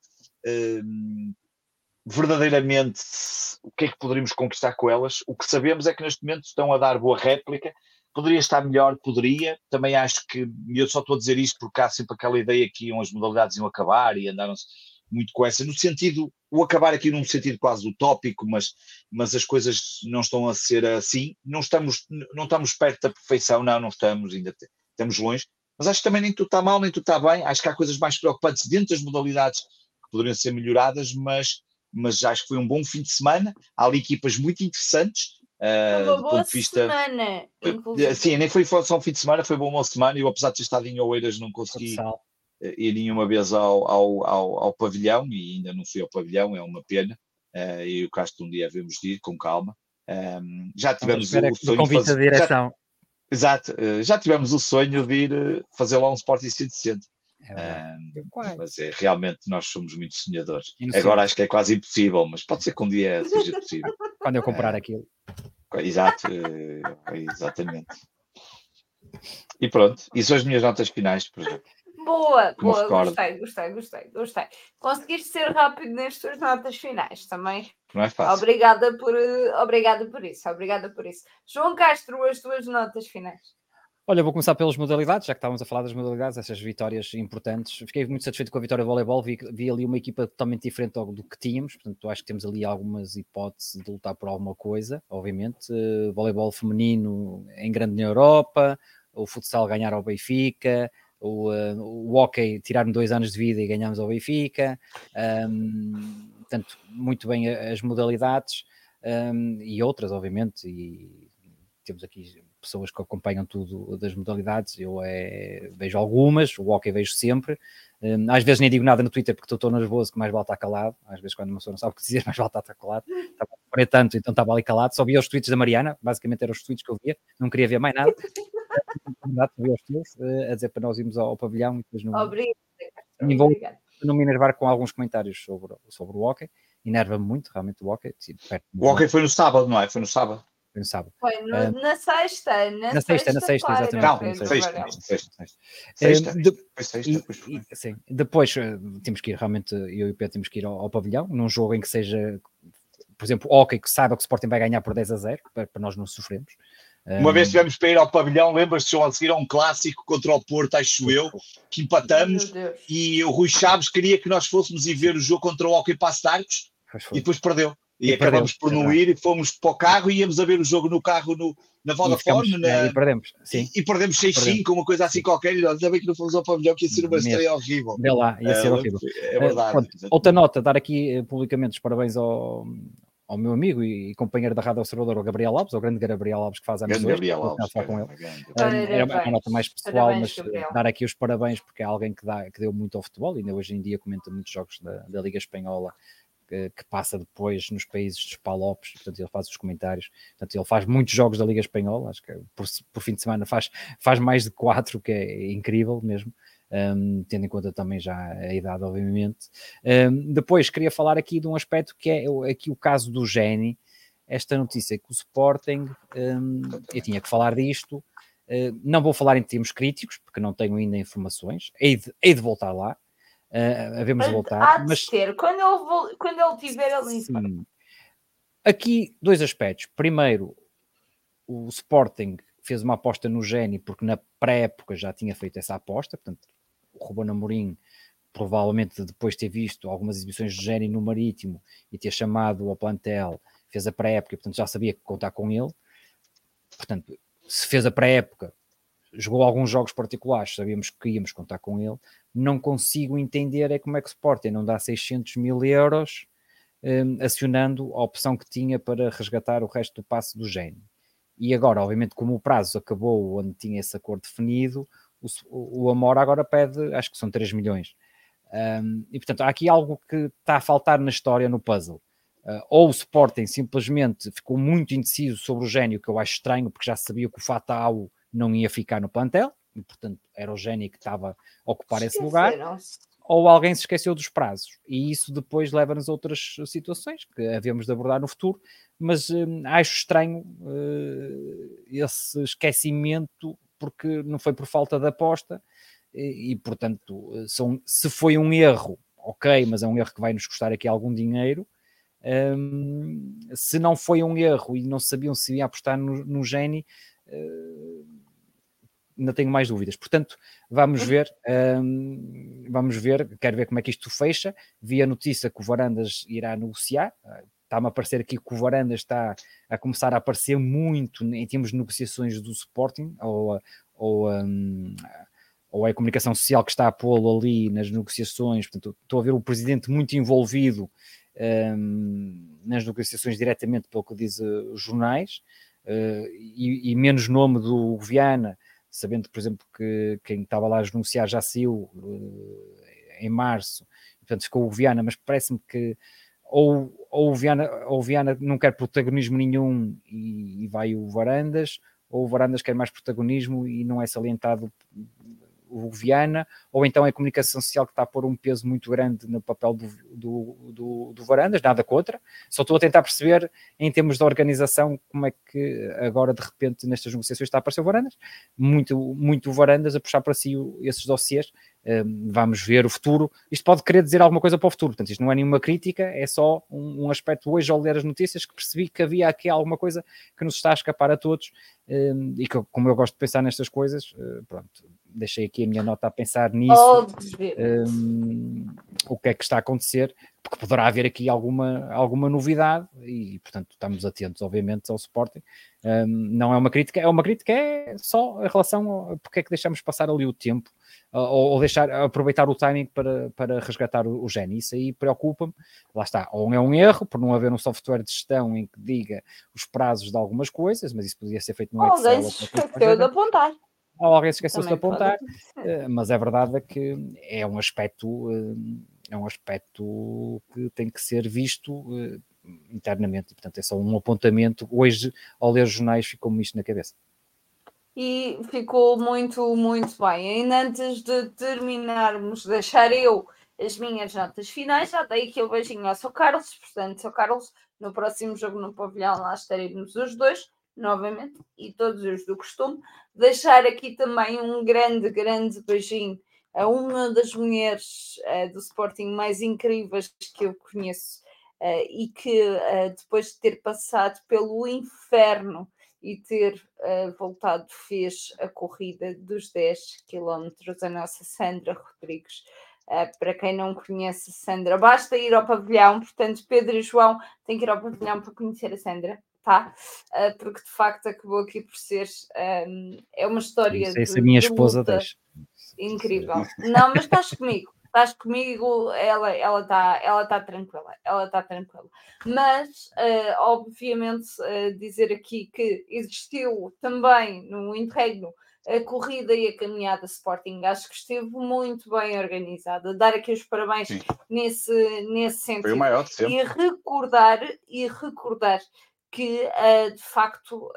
verdadeiramente o que é que poderíamos conquistar com elas. O que sabemos é que neste momento estão a dar boa réplica. Poderia estar melhor, poderia. Também acho que, e eu só estou a dizer isto porque há sempre aquela ideia que as modalidades iam acabar e andaram-se muito com essa, no sentido, o acabar aqui num sentido quase utópico, mas as coisas não estão a ser assim. Não estamos perto da perfeição, não estamos, ainda estamos longe. Mas acho que também nem tudo está mal, nem tudo está bem. Acho que há coisas mais preocupantes dentro das modalidades que poderiam ser melhoradas, mas acho que foi um bom fim de semana. Há ali equipas muito interessantes. Uma boa semana, inclusive. Sim, nem foi só um fim de semana, foi uma boa semana. Eu, apesar de ter estado em Oeiras, não consegui ir nenhuma vez ao pavilhão, e ainda não fui ao pavilhão, é uma pena. E o Castro um dia havemos de ir com calma. Já tivemos o sonho de fazer... direção. Exato, já tivemos o sonho de ir fazer lá um Sporting 160. Mas realmente nós somos muito sonhadores. Agora acho que é quase impossível, mas pode ser que um dia seja possível. Quando eu comprar aquilo. Exato, exatamente. E pronto, e são as minhas notas finais, por exemplo. Boa, gostei. Conseguiste ser rápido nestas notas finais também. Não é fácil. Obrigada por isso. João Castro, as tuas notas finais. Olha, vou começar pelas modalidades, já que estávamos a falar das modalidades, essas vitórias importantes. Fiquei muito satisfeito com a vitória do voleibol, vi ali uma equipa totalmente diferente do que tínhamos, portanto acho que temos ali algumas hipóteses de lutar por alguma coisa, obviamente. Voleibol feminino em grande na Europa, o futsal ganhar ao Benfica, o hóquei tirar-me 2 anos de vida e ganhamos ao Benfica, portanto, muito bem as modalidades e outras, obviamente, e temos aqui pessoas que acompanham tudo das modalidades, eu vejo algumas, o hóquei vejo sempre, às vezes nem digo nada no Twitter porque estou tão nervoso que mais vale estar calado, às vezes quando uma pessoa não sabe o que dizer, mais vale estar calado, estava a correr tanto, então estava ali calado, só via os tweets da Mariana, basicamente eram os tweets que eu via, não queria ver mais nada, via os teus, a dizer para nós irmos ao pavilhão e depois não me enervar com alguns comentários sobre o hóquei, enerva-me muito realmente o hóquei. O hóquei foi no sábado, não é? Foi no sábado. Foi na sexta. Na sexta, exatamente. Sim. Depois temos que ir, realmente, eu e o Pedro temos que ir ao pavilhão, num jogo em que seja, por exemplo, hóquei, que saiba que o Sporting vai ganhar por 10-0, para nós não sofrermos. Uma vez tivemos para ir ao pavilhão, lembras-te, a seguir a um clássico contra o Porto, acho eu, que empatamos, e o Rui Chaves queria que nós fôssemos ir ver o jogo contra o Hóquei Paços de Arcos, e depois perdeu. E acabamos por não ir, e fomos para o carro e íamos a ver o jogo no carro na Vodafone. E perdemos, sim. E perdemos 6-5, uma coisa assim qualquer, e ainda bem que não fomos ao pavilhão, que ia ser uma estreia horrível. Vê lá, ia ser horrível. É verdade. Outra nota, dar aqui publicamente os parabéns ao meu amigo e companheiro da Rádio Observador, o Gabriel Alves, o grande Gabriel Alves, que faz anos hoje. Era uma nota mais pessoal, mas dar aqui os parabéns, porque é alguém que deu muito ao futebol, e ainda hoje em dia comenta muitos jogos da Liga Espanhola, que passa depois nos países dos Palopes, portanto ele faz os comentários, portanto ele faz muitos jogos da Liga Espanhola, acho que por fim de semana faz mais de 4, que é incrível mesmo. Tendo em conta também já a idade, obviamente. Depois queria falar aqui de um aspecto que é aqui o caso do Géni, esta notícia que o Sporting, eu tinha que falar disto, não vou falar em termos críticos, porque não tenho ainda informações, hei de voltar lá, havemos de voltar. Há de ter, quando ele tiver ali. Sim. Aqui 2 aspectos. Primeiro, o Sporting fez uma aposta no Géni, porque na pré-época já tinha feito essa aposta, portanto, o Ruben Amorim, provavelmente depois de ter visto algumas exibições de Géni no Marítimo e ter chamado ao plantel, fez a pré-época, portanto já sabia que contar com ele. Portanto, se fez a pré-época, jogou alguns jogos particulares, sabíamos que íamos contar com ele. Não consigo entender como é que o Sporting não dá 600 mil euros acionando a opção que tinha para resgatar o resto do passe do Géni. E agora, obviamente, como o prazo acabou onde tinha esse acordo definido, o Amora agora pede, acho que são 3 milhões. E, portanto, há aqui algo que está a faltar na história, no puzzle. Ou o Sporting simplesmente ficou muito indeciso sobre o Géni, que eu acho estranho, porque já sabia que o Fatau não ia ficar no plantel, e, portanto, era o Géni que estava a ocupar esse lugar. ou alguém se esqueceu dos prazos. E isso depois leva-nos a outras situações que havemos de abordar no futuro, mas acho estranho esse esquecimento, porque não foi por falta de aposta, e portanto, se foi um erro, ok, mas é um erro que vai nos custar aqui algum dinheiro. Se não foi um erro e não sabiam se ia apostar no Génie, ainda tenho mais dúvidas. Portanto, vamos ver, quero ver como é que isto fecha. Vi a notícia que o Varandas irá negociar. Está-me a aparecer aqui que o Varandas está a começar a aparecer muito em termos de negociações do Sporting, ou é a comunicação social que está a pô-lo ali nas negociações. Portanto, estou a ver o presidente muito envolvido nas negociações diretamente, pelo que dizem os jornais, e menos nome do Viana, sabendo, por exemplo, que quem estava lá a denunciar já saiu em março, portanto ficou o Viana, mas parece-me que ou o Viana não quer protagonismo nenhum e vai o Varandas, ou o Varandas quer mais protagonismo e não é salientado o Viana, ou então é a comunicação social que está a pôr um peso muito grande no papel do Varandas, nada contra. Só estou a tentar perceber, em termos de organização, como é que agora, de repente, nestas negociações está a aparecer o Varandas. Muito Varandas a puxar para si esses dossiês. Vamos ver o futuro. Isto pode querer dizer alguma coisa para o futuro. Portanto, isto não é nenhuma crítica, é só um aspecto. Hoje, ao ler as notícias, que percebi que havia aqui alguma coisa que nos está a escapar a todos, e que, como eu gosto de pensar nestas coisas, pronto, deixei aqui a minha nota a pensar nisso, o que é que está a acontecer, porque poderá haver aqui alguma novidade e, portanto, estamos atentos, obviamente, ao Sporting. Não é uma crítica, é só a relação a porque é que deixamos passar ali o tempo, ou aproveitar o timing para resgatar o Génie. Isso aí preocupa-me. Lá está, ou é um erro por não haver um software de gestão em que diga os prazos de algumas coisas, mas isso podia ser feito no Excel. Alguém se esqueceu de apontar. Ou alguém se esqueceu de apontar, mas é verdade que é um aspecto que tem que ser visto internamente, e portanto é só um apontamento. Hoje, ao ler os jornais, ficou-me isto na cabeça. E ficou muito, muito bem. Ainda antes de terminarmos, deixar eu as minhas notas finais, já dei aqui o beijinho ao Sr. Carlos, portanto, Sr. Carlos, no próximo jogo no pavilhão lá estaremos os dois, novamente, e todos os do costume. Deixar aqui também um grande, grande beijinho a uma das mulheres do Sporting mais incríveis que eu conheço, e que depois de ter passado pelo inferno e ter voltado, fez a corrida dos 10 km, a nossa Sandra Rodrigues. Para quem não conhece a Sandra, basta ir ao pavilhão. Portanto, Pedro e João têm que ir ao pavilhão para conhecer a Sandra, tá? Porque de facto acabou aqui por ser é uma história não sei se a minha esposa luta deixa. incrível. Não, mas estás comigo, ela está tranquila, mas obviamente dizer aqui que existiu também no interregno a corrida e a caminhada Sporting, acho que esteve muito bem organizada, dar aqui os parabéns nesse sentido. Foi o maior de sempre. E recordar que de facto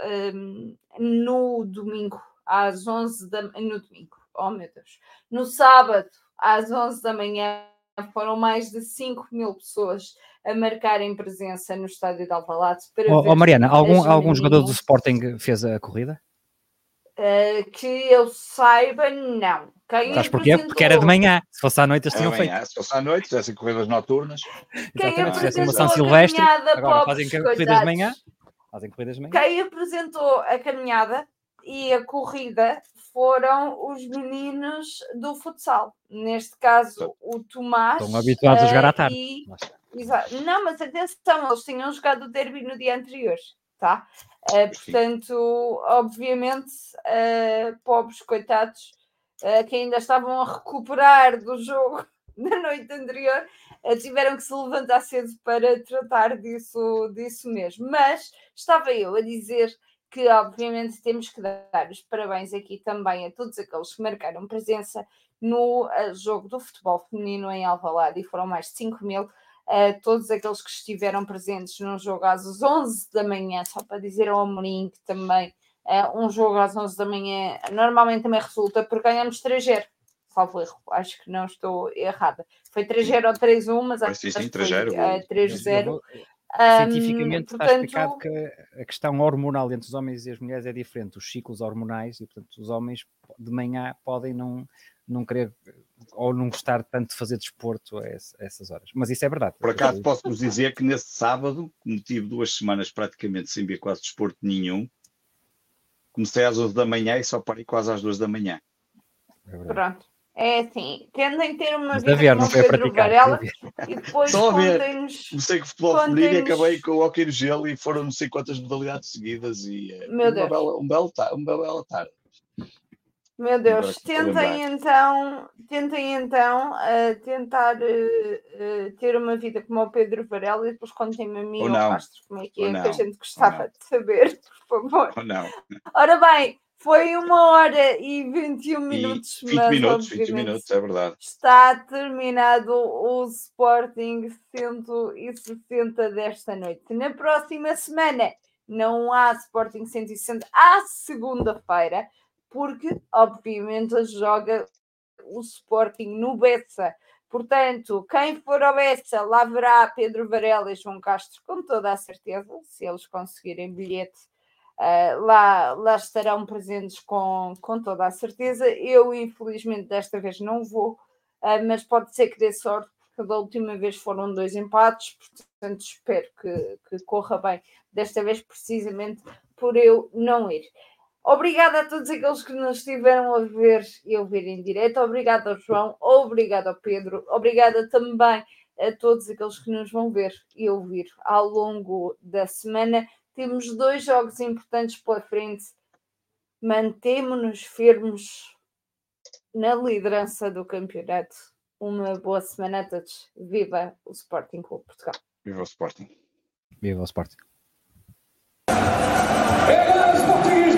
no domingo às 11 no domingo, oh meu Deus, no sábado às 11 da manhã foram mais de 5 mil pessoas a marcarem presença no estádio de Alvalade para ver. Mariana, algum jogador do Sporting fez a corrida? Que eu saiba, não. Sabes porquê? Porque era de manhã. Se fosse à noite, eles tinham feito. Se fosse à noite, fizessem corridas noturnas. Exatamente, fizessem uma São Silvestre. Agora fazem corridas de manhã. Quem apresentou a caminhada e a corrida foram os meninos do futsal. Neste caso, o Tomás. Estão habituados a jogar à tarde. Não, mas atenção, eles tinham jogado o derby no dia anterior, tá? Portanto, obviamente, pobres coitados que ainda estavam a recuperar do jogo da noite anterior, tiveram que se levantar cedo para tratar disso mesmo. Mas estava eu a dizer que, obviamente, temos que dar os parabéns aqui também a todos aqueles que marcaram presença no jogo do futebol feminino em Alvalade, e foram mais de 5 mil. Todos aqueles que estiveram presentes num jogo às 11 da manhã, só para dizer ao Amorim que também um jogo às 11 da manhã normalmente também resulta porque ganhamos 3-0, salvo erro, acho que não estou errada. Foi 3-0 ou 3-1, mas acho que foi 3-0. Cientificamente está portanto, explicado que a questão hormonal entre os homens e as mulheres é diferente, os ciclos hormonais, e portanto os homens de manhã podem não querer ou não gostar tanto de fazer desporto a essas horas. Mas isso é verdade. Por acaso posso-vos dizer que nesse sábado, como tive 2 semanas praticamente sem ver quase desporto nenhum, comecei às 11 da manhã e só parei quase às 2 da manhã. Pronto. É assim, tendem ter uma mas vida ver, como o Pedro Varela e depois só a ver. contem-nos... Comecei com o futebol feminino e acabei com o hóquei no gelo e foram não sei quantas modalidades seguidas e um belo tarde. Meu Deus, tentem então tentar ter uma vida como o Pedro Varela e depois contem-me a mim ou ao Castro como é que a gente gostava de saber, por favor. Ou não. Ora bem, foi 1h e 21 minutos, 20 minutos, é verdade. Está terminado o Sporting 160 desta noite. Na próxima semana não há Sporting 160, há segunda-feira, porque obviamente joga o Sporting no Bessa. Portanto, quem for ao Bessa, lá verá Pedro Varela e João Castro, com toda a certeza, se eles conseguirem bilhete. Lá estarão presentes com toda a certeza. Eu, infelizmente, desta vez não vou, mas pode ser que dê sorte, porque da última vez foram 2 empates, portanto espero que corra bem desta vez, precisamente por eu não ir. Obrigada a todos aqueles que nos estiveram a ver e a ouvir em direto. Obrigada ao João, obrigada ao Pedro, obrigada também a todos aqueles que nos vão ver e ouvir ao longo da semana. Temos 2 jogos importantes pela frente. Mantemo-nos firmes na liderança do campeonato. Uma boa semana a todos. Viva o Sporting Clube Portugal. Viva o Sporting. Viva o Sporting.